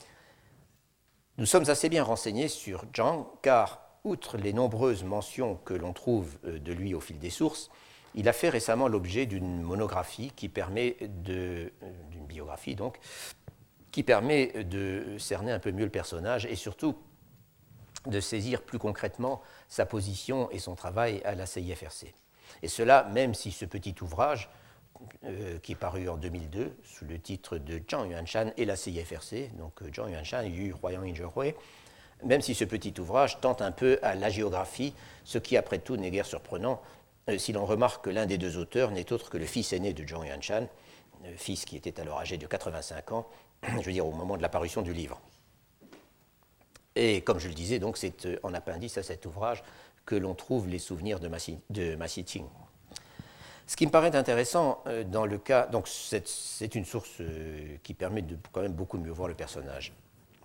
Nous sommes assez bien renseignés sur Zhang, car, outre les nombreuses mentions que l'on trouve de lui au fil des sources, il a fait récemment l'objet d'une monographie d'une biographie donc, qui permet de cerner un peu mieux le personnage et surtout de saisir plus concrètement sa position et son travail à la CIFRC. Et cela, même si ce petit ouvrage, qui est paru en 2002 sous le titre de Zhang Yuanshan et la CIFRC, donc Zhang Yuanshan Yu Huayang Yinzhehui, même si ce petit ouvrage tente un peu à la géographie, ce qui après tout n'est guère surprenant si l'on remarque que l'un des deux auteurs n'est autre que le fils aîné de Zhang Yuanshan, fils qui était alors âgé de 85 ans, je veux dire au moment de la parution du livre. Et comme je le disais, donc, c'est en appendice à cet ouvrage que l'on trouve les souvenirs de Ma Xiqing. Ce qui me paraît intéressant dans le cas, donc c'est une source qui permet de quand même beaucoup mieux voir le personnage.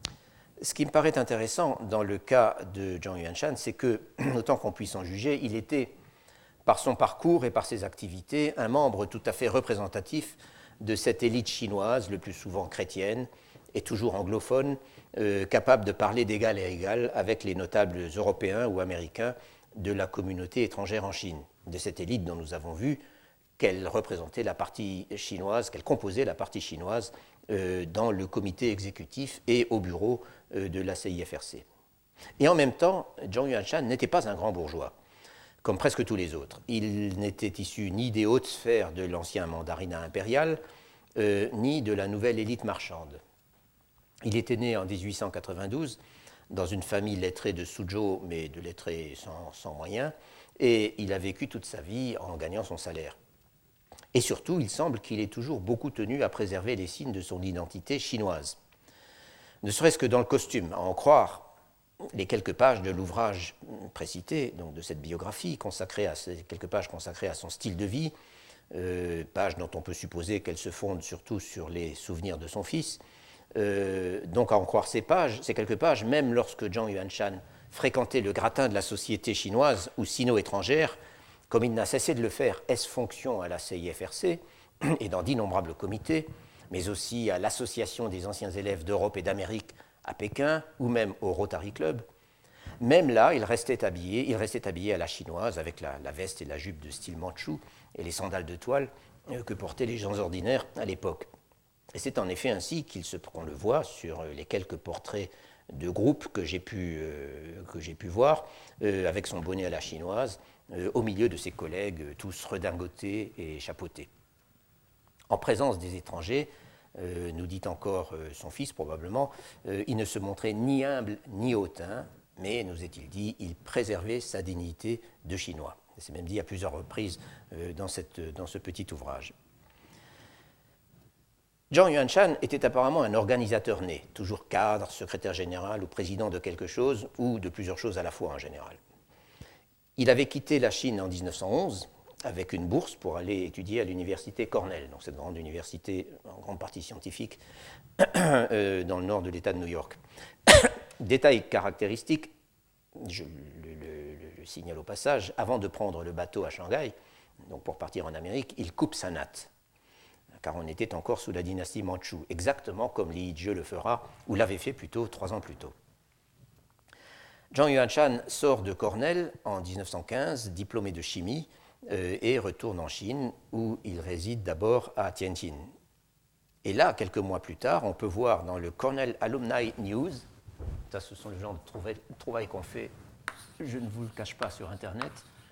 Ce qui me paraît intéressant dans le cas de Zhang Yuanshan, c'est que, autant qu'on puisse en juger, il était, par son parcours et par ses activités, un membre tout à fait représentatif de cette élite chinoise, le plus souvent chrétienne et toujours anglophone, capable de parler d'égal à égal avec les notables européens ou américains de la communauté étrangère en Chine, de cette élite dont nous avons vu qu'elle représentait la partie chinoise, qu'elle composait la partie chinoise dans le comité exécutif et au bureau de la CIFRC. Et en même temps, Zhang Yuanshan n'était pas un grand bourgeois, comme presque tous les autres. Il n'était issu ni des hautes sphères de l'ancien mandarinat impérial, ni de la nouvelle élite marchande. Il était né en 1892 dans une famille lettrée de Suzhou, mais de lettrés sans moyens, et il a vécu toute sa vie en gagnant son salaire. Et surtout, il semble qu'il ait toujours beaucoup tenu à préserver les signes de son identité chinoise. Ne serait-ce que dans le costume, à en croire les quelques pages de l'ouvrage précité, donc de cette biographie, quelques pages consacrées à son style de vie, pages dont on peut supposer qu'elles se fondent surtout sur les souvenirs de son fils. Donc à en croire ces quelques pages, même lorsque Zhang Yuanshan fréquentait le gratin de la société chinoise ou sino-étrangère, comme il n'a cessé de le faire fonction à la CIFRC et dans d'innombrables comités, mais aussi à l'Association des anciens élèves d'Europe et d'Amérique à Pékin, ou même au Rotary Club, même là, il restait habillé à la chinoise, avec la veste et la jupe de style mandchou et les sandales de toile que portaient les gens ordinaires à l'époque. Et c'est en effet ainsi qu'on le voit sur les quelques portraits de groupe que j'ai pu voir, avec son bonnet à la chinoise, au milieu de ses collègues, tous redingotés et chapeautés. En présence des étrangers, nous dit encore son fils probablement, il ne se montrait ni humble ni hautain, mais, nous est-il dit, il préservait sa dignité de Chinois. C'est même dit à plusieurs reprises dans ce petit ouvrage. Zhang Yuanshan était apparemment un organisateur né, toujours cadre, secrétaire général ou président de quelque chose, ou de plusieurs choses à la fois en général. Il avait quitté la Chine en 1911 avec une bourse pour aller étudier à l'université Cornell, donc cette grande université en grande partie scientifique dans le nord de l'État de New York. Détail caractéristique, je le signale au passage, avant de prendre le bateau à Shanghai, donc pour partir en Amérique, il coupe sa natte, car on était encore sous la dynastie mandchoue, exactement comme Li Jie le fera, ou l'avait fait plutôt 3 ans plus tôt. Zhang Yuanshan sort de Cornell en 1915, diplômé de chimie, et retourne en Chine, où il réside d'abord à Tianjin. Et là, quelques mois plus tard, on peut voir dans le Cornell Alumni News, ça ce sont le genre de trouvailles qu'on fait, je ne vous le cache pas, sur Internet.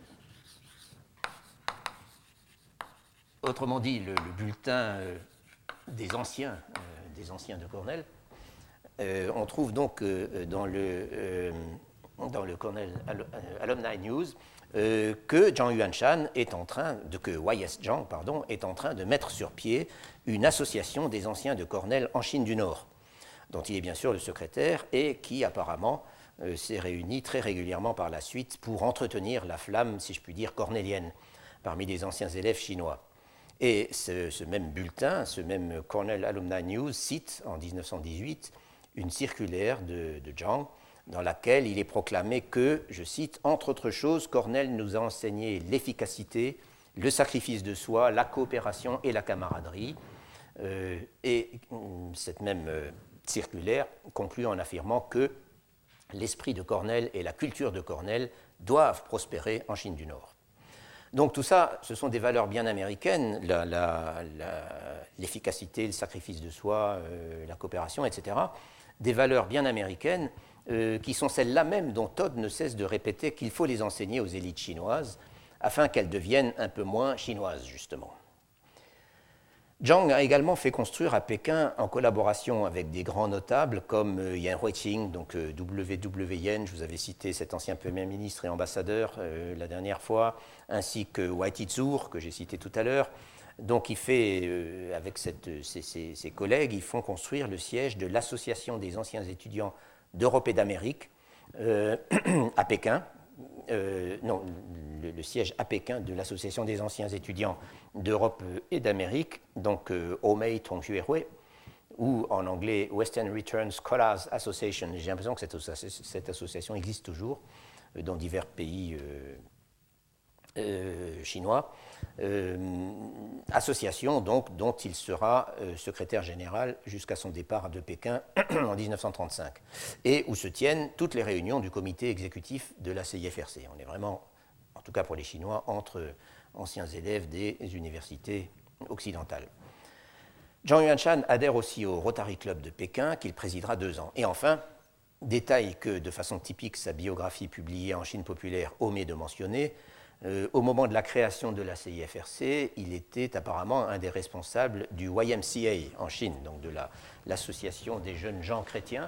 Autrement dit, le bulletin des anciens de Cornell. On trouve donc dans le Cornell Alumni News que Zhang Yuanshan que Y.S. Zhang est en train de mettre sur pied une association des anciens de Cornell en Chine du Nord, dont il est bien sûr le secrétaire et qui apparemment s'est réuni très régulièrement par la suite pour entretenir la flamme, si je puis dire, cornélienne parmi les anciens élèves chinois. Et ce même bulletin, ce même Cornell Alumni News cite en 1918 une circulaire de Zhang dans laquelle il est proclamé que, je cite, « Entre autres choses, Cornell nous a enseigné l'efficacité, le sacrifice de soi, la coopération et la camaraderie. » Et cette même circulaire conclut en affirmant que l'esprit de Cornell et la culture de Cornell doivent prospérer en Chine du Nord. Donc tout ça, ce sont des valeurs bien américaines, l'efficacité, le sacrifice de soi, la coopération, etc. Des valeurs bien américaines qui sont celles-là même dont Todd ne cesse de répéter qu'il faut les enseigner aux élites chinoises afin qu'elles deviennent un peu moins chinoises, justement. Zhang a également fait construire à Pékin, en collaboration avec des grands notables comme Yan Huiqing, donc W.W. Yan, je vous avais cité cet ancien Premier ministre et ambassadeur la dernière fois, ainsi que Wai Tizur, que j'ai cité tout à l'heure. Donc il fait, avec ses collègues, ils font construire le siège de l'Association des anciens étudiants d'Europe et d'Amérique à Pékin. Le siège à Pékin de l'Association des anciens étudiants d'Europe et d'Amérique, donc Omei Tongxuehui, ou en anglais Western Return Scholars Association. J'ai l'impression que cette association existe toujours dans divers pays chinois. Association donc, dont il sera secrétaire général jusqu'à son départ de Pékin en 1935, et où se tiennent toutes les réunions du comité exécutif de la CIFRC. On est vraiment, en tout cas pour les Chinois, entre anciens élèves des universités occidentales. Zhang Yuanshan adhère aussi au Rotary Club de Pékin, qu'il présidera 2 ans. Et enfin, détail que, de façon typique, sa biographie publiée en Chine populaire omet de mentionner, au moment de la création de la CIFRC, il était apparemment un des responsables du YMCA en Chine, donc de l'association des jeunes gens chrétiens.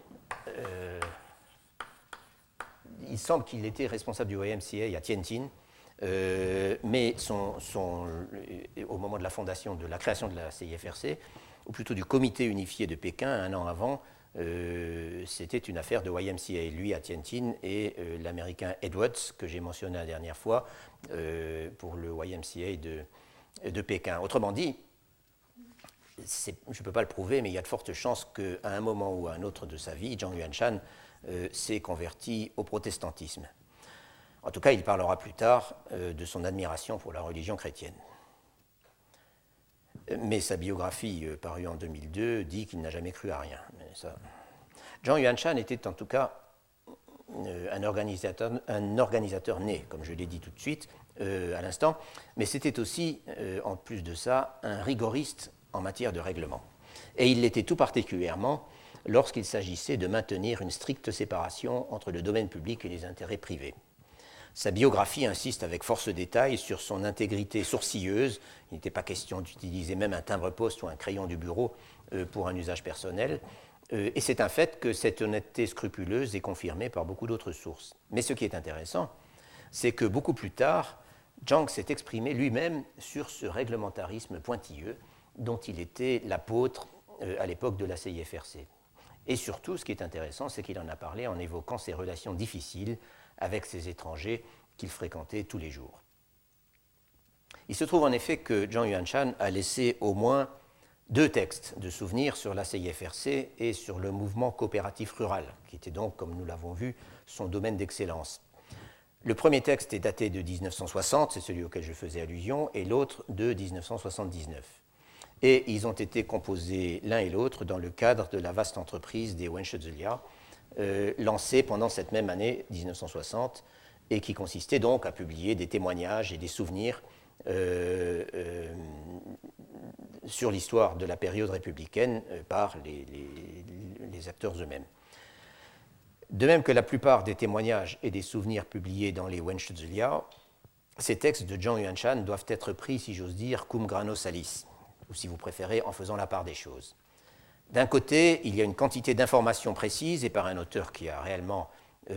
Il semble qu'il était responsable du YMCA à Tianjin, mais au moment de la fondation, de la création de la CIFRC, ou plutôt du comité unifié de Pékin, 1 an avant, c'était une affaire de YMCA, lui à Tianjin, et l'américain Edwards, que j'ai mentionné la dernière fois, pour le YMCA de Pékin. Autrement dit, je ne peux pas le prouver, mais il y a de fortes chances qu'à un moment ou à un autre de sa vie, Zhang Yuanshan s'est converti au protestantisme. En tout cas, il parlera plus tard de son admiration pour la religion chrétienne. Mais sa biographie, parue en 2002, dit qu'il n'a jamais cru à rien. Zhang Yuanshan était en tout cas un organisateur né, comme je l'ai dit tout de suite à l'instant, mais c'était aussi, en plus de ça, un rigoriste en matière de règlement. Et il l'était tout particulièrement lorsqu'il s'agissait de maintenir une stricte séparation entre le domaine public et les intérêts privés. Sa biographie insiste avec force détail sur son intégrité sourcilleuse. Il n'était pas question d'utiliser même un timbre-poste ou un crayon du bureau pour un usage personnel. Et c'est un fait que cette honnêteté scrupuleuse est confirmée par beaucoup d'autres sources. Mais ce qui est intéressant, c'est que beaucoup plus tard, Zhang s'est exprimé lui-même sur ce réglementarisme pointilleux dont il était l'apôtre à l'époque de la CIFRC. Et surtout, ce qui est intéressant, c'est qu'il en a parlé en évoquant ses relations difficiles avec ces étrangers qu'il fréquentait tous les jours. Il se trouve en effet que Zhang Yuanshan a laissé au moins 2 textes de souvenirs sur la CIFRC et sur le mouvement coopératif rural, qui était donc, comme nous l'avons vu, son domaine d'excellence. Le premier texte est daté de 1960, c'est celui auquel je faisais allusion, et l'autre de 1979. Et ils ont été composés l'un et l'autre dans le cadre de la vaste entreprise des Wenshizhulia, lancé pendant cette même année 1960 et qui consistait donc à publier des témoignages et des souvenirs sur l'histoire de la période républicaine par les acteurs eux-mêmes. De même que la plupart des témoignages et des souvenirs publiés dans les Wenshuzhliao, ces textes de Zhang Yuanshan doivent être pris, si j'ose dire, cum grano salis, ou si vous préférez, en faisant la part des choses. D'un côté, il y a une quantité d'informations précises et par un auteur qui a réellement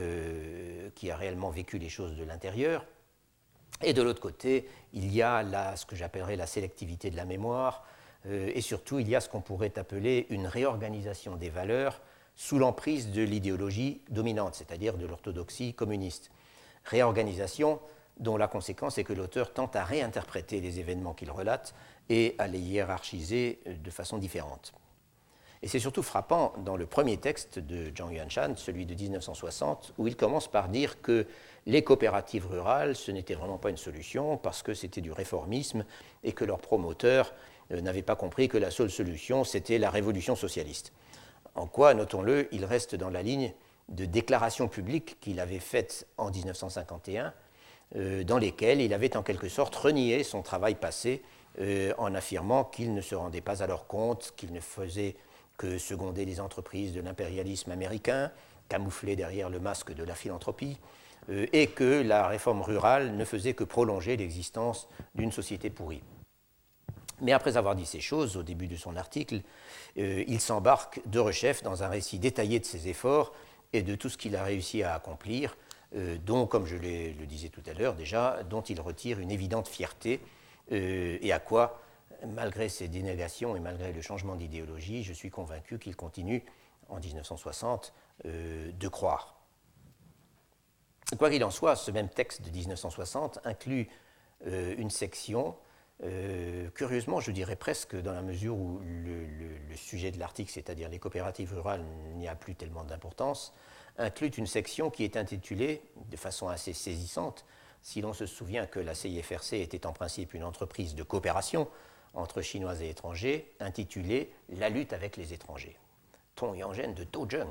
vécu les choses de l'intérieur. Et de l'autre côté, il y a ce que j'appellerais la sélectivité de la mémoire, et surtout, il y a ce qu'on pourrait appeler une réorganisation des valeurs sous l'emprise de l'idéologie dominante, c'est-à-dire de l'orthodoxie communiste. Réorganisation dont la conséquence est que l'auteur tente à réinterpréter les événements qu'il relate et à les hiérarchiser de façon différente. Et c'est surtout frappant dans le premier texte de Zhang Yuanshan, celui de 1960, où il commence par dire que les coopératives rurales, ce n'était vraiment pas une solution parce que c'était du réformisme et que leurs promoteurs n'avaient pas compris que la seule solution, c'était la révolution socialiste. En quoi, notons-le, il reste dans la ligne de déclarations publiques qu'il avait faites en 1951, dans lesquelles il avait en quelque sorte renié son travail passé en affirmant qu'il ne se rendait pas alors compte, qu'il ne faisait que seconder les entreprises de l'impérialisme américain, camouflé derrière le masque de la philanthropie, et que la réforme rurale ne faisait que prolonger l'existence d'une société pourrie. Mais après avoir dit ces choses, au début de son article, il s'embarque de rechef dans un récit détaillé de ses efforts et de tout ce qu'il a réussi à accomplir, dont, comme je le disais tout à l'heure déjà, dont il retire une évidente fierté, et à quoi, malgré ses dénégations et malgré le changement d'idéologie, je suis convaincu qu'il continue, en 1960, de croire. Quoi qu'il en soit, ce même texte de 1960 inclut une section, curieusement, je dirais presque dans la mesure où le sujet de l'article, c'est-à-dire les coopératives rurales, n'y a plus tellement d'importance, inclut une section qui est intitulée, de façon assez saisissante, si l'on se souvient que la CIFRC était en principe une entreprise de coopération entre Chinois et étrangers, intitulée « La lutte avec les étrangers », Tong Yangzhen de Dozheng.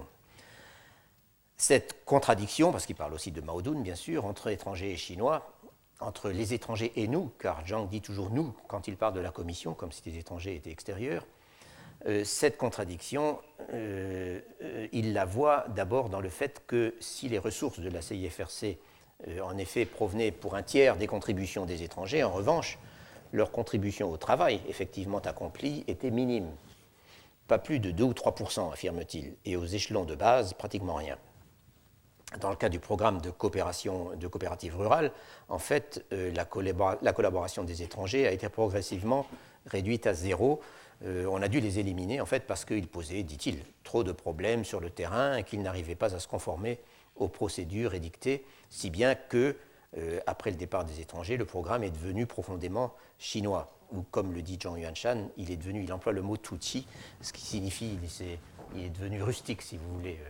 Cette contradiction, parce qu'il parle aussi de Mao Dun, bien sûr, entre étrangers et Chinois, entre les étrangers et nous, car Zhang dit toujours nous quand il parle de la commission, comme si les étrangers étaient extérieurs, cette contradiction, il la voit d'abord dans le fait que si les ressources de la CIFRC, en effet, provenaient pour un tiers des contributions des étrangers, en revanche, leur contribution au travail effectivement accompli était minime. Pas plus de 2 ou 3%, affirme-t-il, et aux échelons de base, pratiquement rien. Dans le cas du programme de coopérative rurale, en fait, la collaboration des étrangers a été progressivement réduite à zéro. On a dû les éliminer, en fait, parce qu'ils posaient, dit-il, trop de problèmes sur le terrain et qu'ils n'arrivaient pas à se conformer aux procédures édictées, si bien que, après le départ des étrangers, le programme est devenu profondément chinois. Ou comme le dit Zhang Yuanshan, il emploie le mot tuqi, ce qui signifie il est devenu rustique, si vous voulez.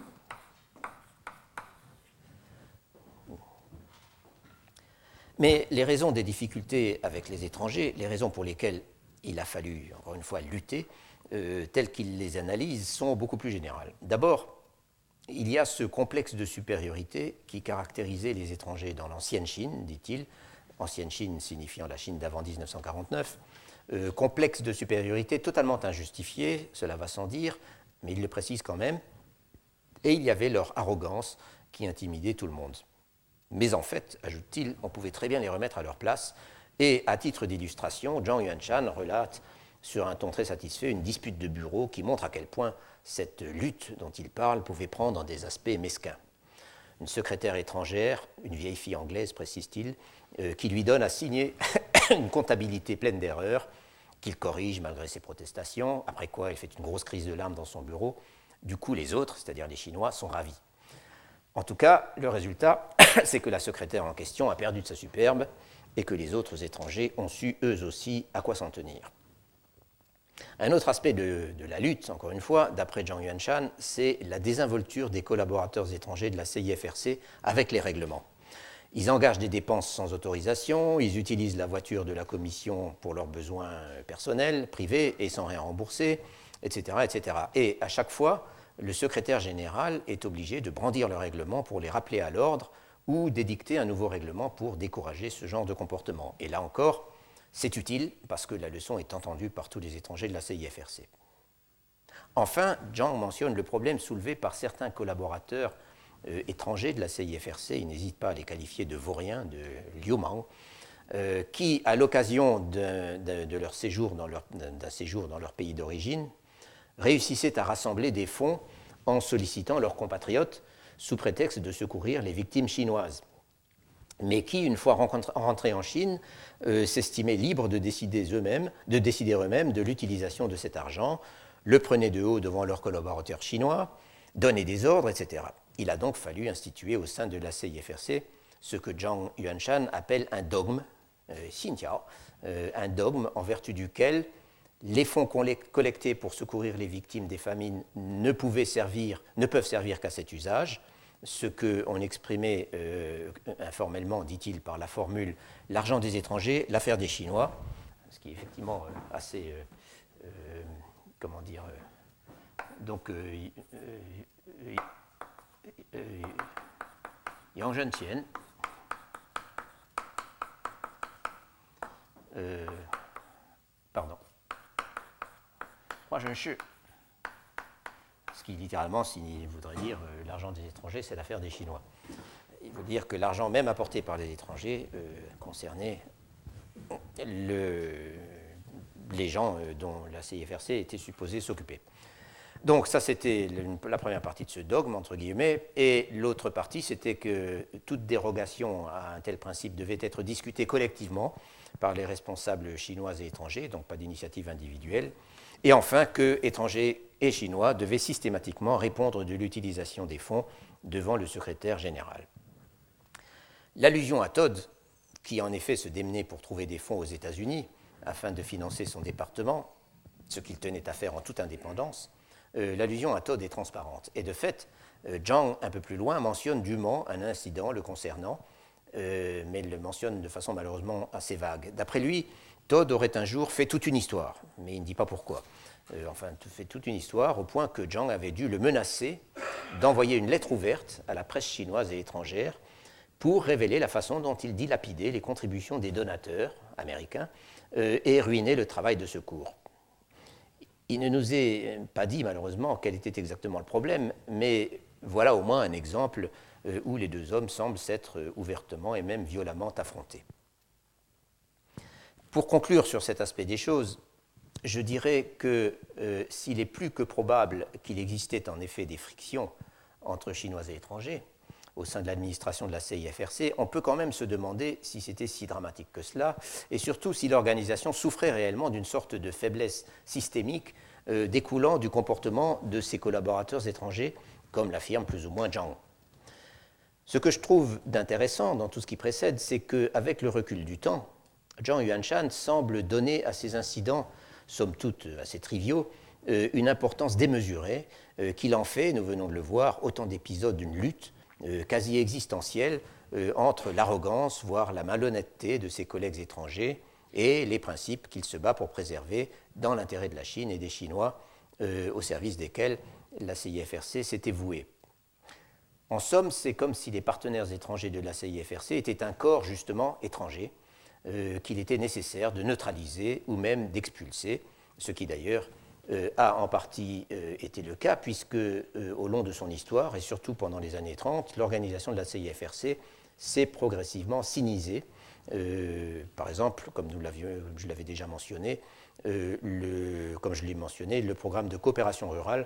Mais les raisons des difficultés avec les étrangers, les raisons pour lesquelles il a fallu, encore une fois, lutter, telles qu'il les analyse, sont beaucoup plus générales. D'abord, il y a ce complexe de supériorité qui caractérisait les étrangers dans l'ancienne Chine, dit-il, ancienne Chine signifiant la Chine d'avant 1949, complexe de supériorité totalement injustifié, cela va sans dire, mais il le précise quand même, et il y avait leur arrogance qui intimidait tout le monde. Mais en fait, ajoute-t-il, on pouvait très bien les remettre à leur place, et à titre d'illustration, Zhang Yuanshan relate sur un ton très satisfait une dispute de bureau qui montre à quel point cette lutte dont il parle pouvait prendre des aspects mesquins. Une secrétaire étrangère, une vieille fille anglaise, précise-t-il, qui lui donne à signer une comptabilité pleine d'erreurs, qu'il corrige malgré ses protestations, après quoi il fait une grosse crise de larmes dans son bureau. Du coup, les autres, c'est-à-dire les Chinois, sont ravis. En tout cas, le résultat, c'est que la secrétaire en question a perdu de sa superbe et que les autres étrangers ont su, eux aussi, à quoi s'en tenir. Un autre aspect de la lutte, encore une fois, d'après Zhang Yuanshan, c'est la désinvolture des collaborateurs étrangers de la CIFRC avec les règlements. Ils engagent des dépenses sans autorisation, ils utilisent la voiture de la commission pour leurs besoins personnels, privés, et sans rien rembourser, etc., etc. Et à chaque fois, le secrétaire général est obligé de brandir le règlement pour les rappeler à l'ordre ou d'édicter un nouveau règlement pour décourager ce genre de comportement. Et là encore, c'est utile parce que la leçon est entendue par tous les étrangers de la CIFRC. Enfin, Zhang mentionne le problème soulevé par certains collaborateurs étrangers de la CIFRC, il n'hésite pas à les qualifier de vauriens, de liumang, qui, à l'occasion de leur séjour d'un séjour dans leur pays d'origine, réussissaient à rassembler des fonds en sollicitant leurs compatriotes sous prétexte de secourir les victimes chinoises, mais qui, une fois rentrés en Chine, s'estimaient libres de décider eux-mêmes de l'utilisation de cet argent, le prenaient de haut devant leurs collaborateurs chinois, donnaient des ordres, etc. Il a donc fallu instituer au sein de la CIFRC ce que Zhang Yuanshan appelle un dogme, Xinjiao, un dogme en vertu duquel les fonds collectés pour secourir les victimes des famines ne peuvent servir qu'à cet usage, ce qu'on exprimait informellement, dit-il, par la formule « l'argent des étrangers, l'affaire des Chinois », ce qui est effectivement assez, comment dire, donc Yang Zhenqian, pardon, ce qui littéralement voudrait dire l'argent des étrangers, c'est l'affaire des Chinois. Il veut dire que l'argent même apporté par les étrangers concernait les gens dont la CIFRC était supposée s'occuper. Donc ça, c'était la première partie de ce dogme, entre guillemets, et l'autre partie, c'était que toute dérogation à un tel principe devait être discutée collectivement par les responsables chinois et étrangers, donc pas d'initiative individuelle, et enfin que étrangers et chinois devaient systématiquement répondre de l'utilisation des fonds devant le secrétaire général. L'allusion à Todd, qui en effet se démenait pour trouver des fonds aux États-Unis afin de financer son département, ce qu'il tenait à faire en toute indépendance, l'allusion à Todd est transparente. Et de fait, Zhang, un peu plus loin, mentionne dûment un incident le concernant, mais il le mentionne de façon malheureusement assez vague. D'après lui, Todd aurait un jour fait toute une histoire, mais il ne dit pas pourquoi. Fait toute une histoire au point que Zhang avait dû le menacer d'envoyer une lettre ouverte à la presse chinoise et étrangère pour révéler la façon dont il dilapidait les contributions des donateurs américains et ruinait le travail de secours. Il ne nous est pas dit malheureusement quel était exactement le problème, mais voilà au moins un exemple où les deux hommes semblent s'être ouvertement et même violemment affrontés. Pour conclure sur cet aspect des choses, je dirais que s'il est plus que probable qu'il existait en effet des frictions entre Chinois et étrangers au sein de l'administration de la CIFRC, on peut quand même se demander si c'était si dramatique que cela, et surtout si l'organisation souffrait réellement d'une sorte de faiblesse systémique découlant du comportement de ses collaborateurs étrangers, comme l'affirme plus ou moins Zhang. Ce que je trouve d'intéressant dans tout ce qui précède, c'est qu'avec le recul du temps, Zhang Yuanshan semble donner à ces incidents, somme toute assez triviaux, une importance démesurée qu'il en fait, nous venons de le voir, autant d'épisodes d'une lutte quasi existentielle entre l'arrogance, voire la malhonnêteté de ses collègues étrangers et les principes qu'il se bat pour préserver dans l'intérêt de la Chine et des Chinois, au service desquels la CIFRC s'était vouée. En somme, c'est comme si les partenaires étrangers de la CIFRC étaient un corps justement étranger, qu'il était nécessaire de neutraliser ou même d'expulser, ce qui d'ailleurs a en partie été le cas, puisque au long de son histoire, et surtout pendant les années 30, l'organisation de la CIFRC s'est progressivement sinisée. Par exemple, comme je l'avais déjà mentionné, comme je l'ai mentionné, le programme de coopération rurale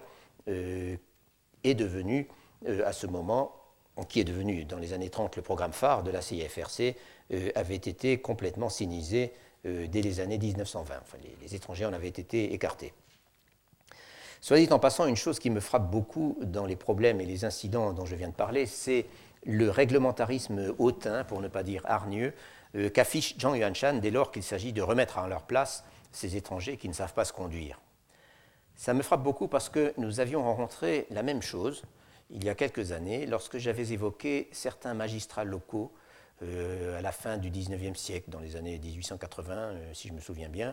est devenu, à ce moment, qui est devenu dans les années 30 le programme phare de la CIFRC, avait été complètement sinisé dès les années 1920. Enfin, les étrangers en avaient été écartés. Soit dit en passant, une chose qui me frappe beaucoup dans les problèmes et les incidents dont je viens de parler, c'est le réglementarisme hautain, pour ne pas dire hargneux, qu'affiche Zhang Yuanshan dès lors qu'il s'agit de remettre à leur place ces étrangers qui ne savent pas se conduire. Ça me frappe beaucoup parce que nous avions rencontré la même chose il y a quelques années lorsque j'avais évoqué certains magistrats locaux à la fin du XIXe siècle, dans les années 1880, si je me souviens bien,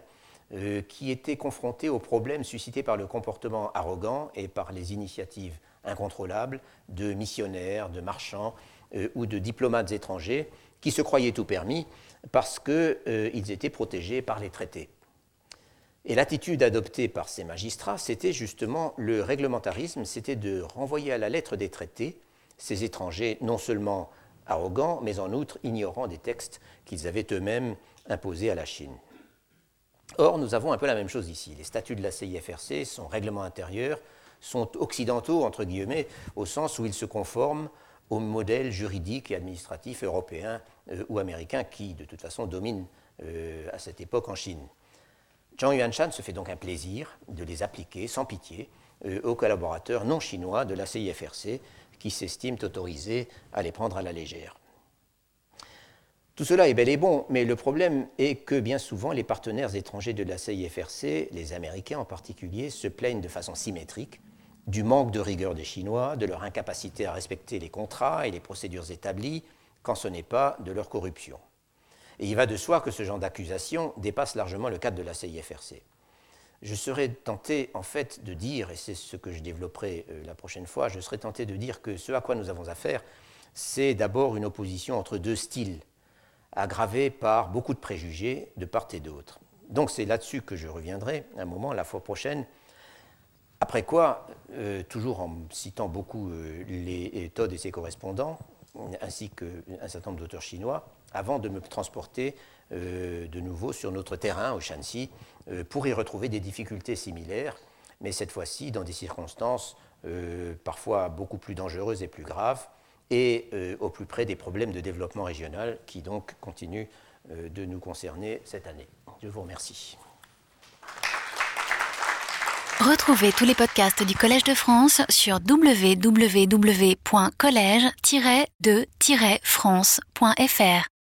qui étaient confrontés aux problèmes suscités par le comportement arrogant et par les initiatives incontrôlables de missionnaires, de marchands ou de diplomates étrangers qui se croyaient tout permis parce qu'ils étaient protégés par les traités. Et l'attitude adoptée par ces magistrats, c'était justement le réglementarisme, c'était de renvoyer à la lettre des traités ces étrangers non seulement arrogants, mais en outre ignorant des textes qu'ils avaient eux-mêmes imposés à la Chine. Or, nous avons un peu la même chose ici. Les statuts de la CIFRC, son règlement intérieur, sont occidentaux, entre guillemets, au sens où ils se conforment au modèle juridique et administratif européen ou américain qui, de toute façon, domine à cette époque en Chine. Zhang Yuanshan se fait donc un plaisir de les appliquer sans pitié aux collaborateurs non chinois de la CIFRC qui s'estiment autorisés à les prendre à la légère. Tout cela est bel et bon, mais le problème est que bien souvent les partenaires étrangers de la CIFRC, les Américains en particulier, se plaignent de façon symétrique du manque de rigueur des Chinois, de leur incapacité à respecter les contrats et les procédures établies, quand ce n'est pas de leur corruption. Et il va de soi que ce genre d'accusation dépasse largement le cadre de la CIFRC. Je serais tenté, en fait, de dire, et c'est ce que je développerai la prochaine fois, je serais tenté de dire que ce à quoi nous avons affaire, c'est d'abord une opposition entre deux styles, aggravée par beaucoup de préjugés de part et d'autre. Donc c'est là-dessus que je reviendrai un moment, la fois prochaine. Après quoi, toujours en citant beaucoup Todd et ses correspondants, ainsi qu'un certain nombre d'auteurs chinois, avant de me transporter de nouveau sur notre terrain, au Shanxi, pour y retrouver des difficultés similaires, mais cette fois-ci dans des circonstances parfois beaucoup plus dangereuses et plus graves, et au plus près des problèmes de développement régional qui donc continuent de nous concerner cette année. Je vous remercie. Retrouvez tous les podcasts du Collège de France sur www.collège-de-france.fr.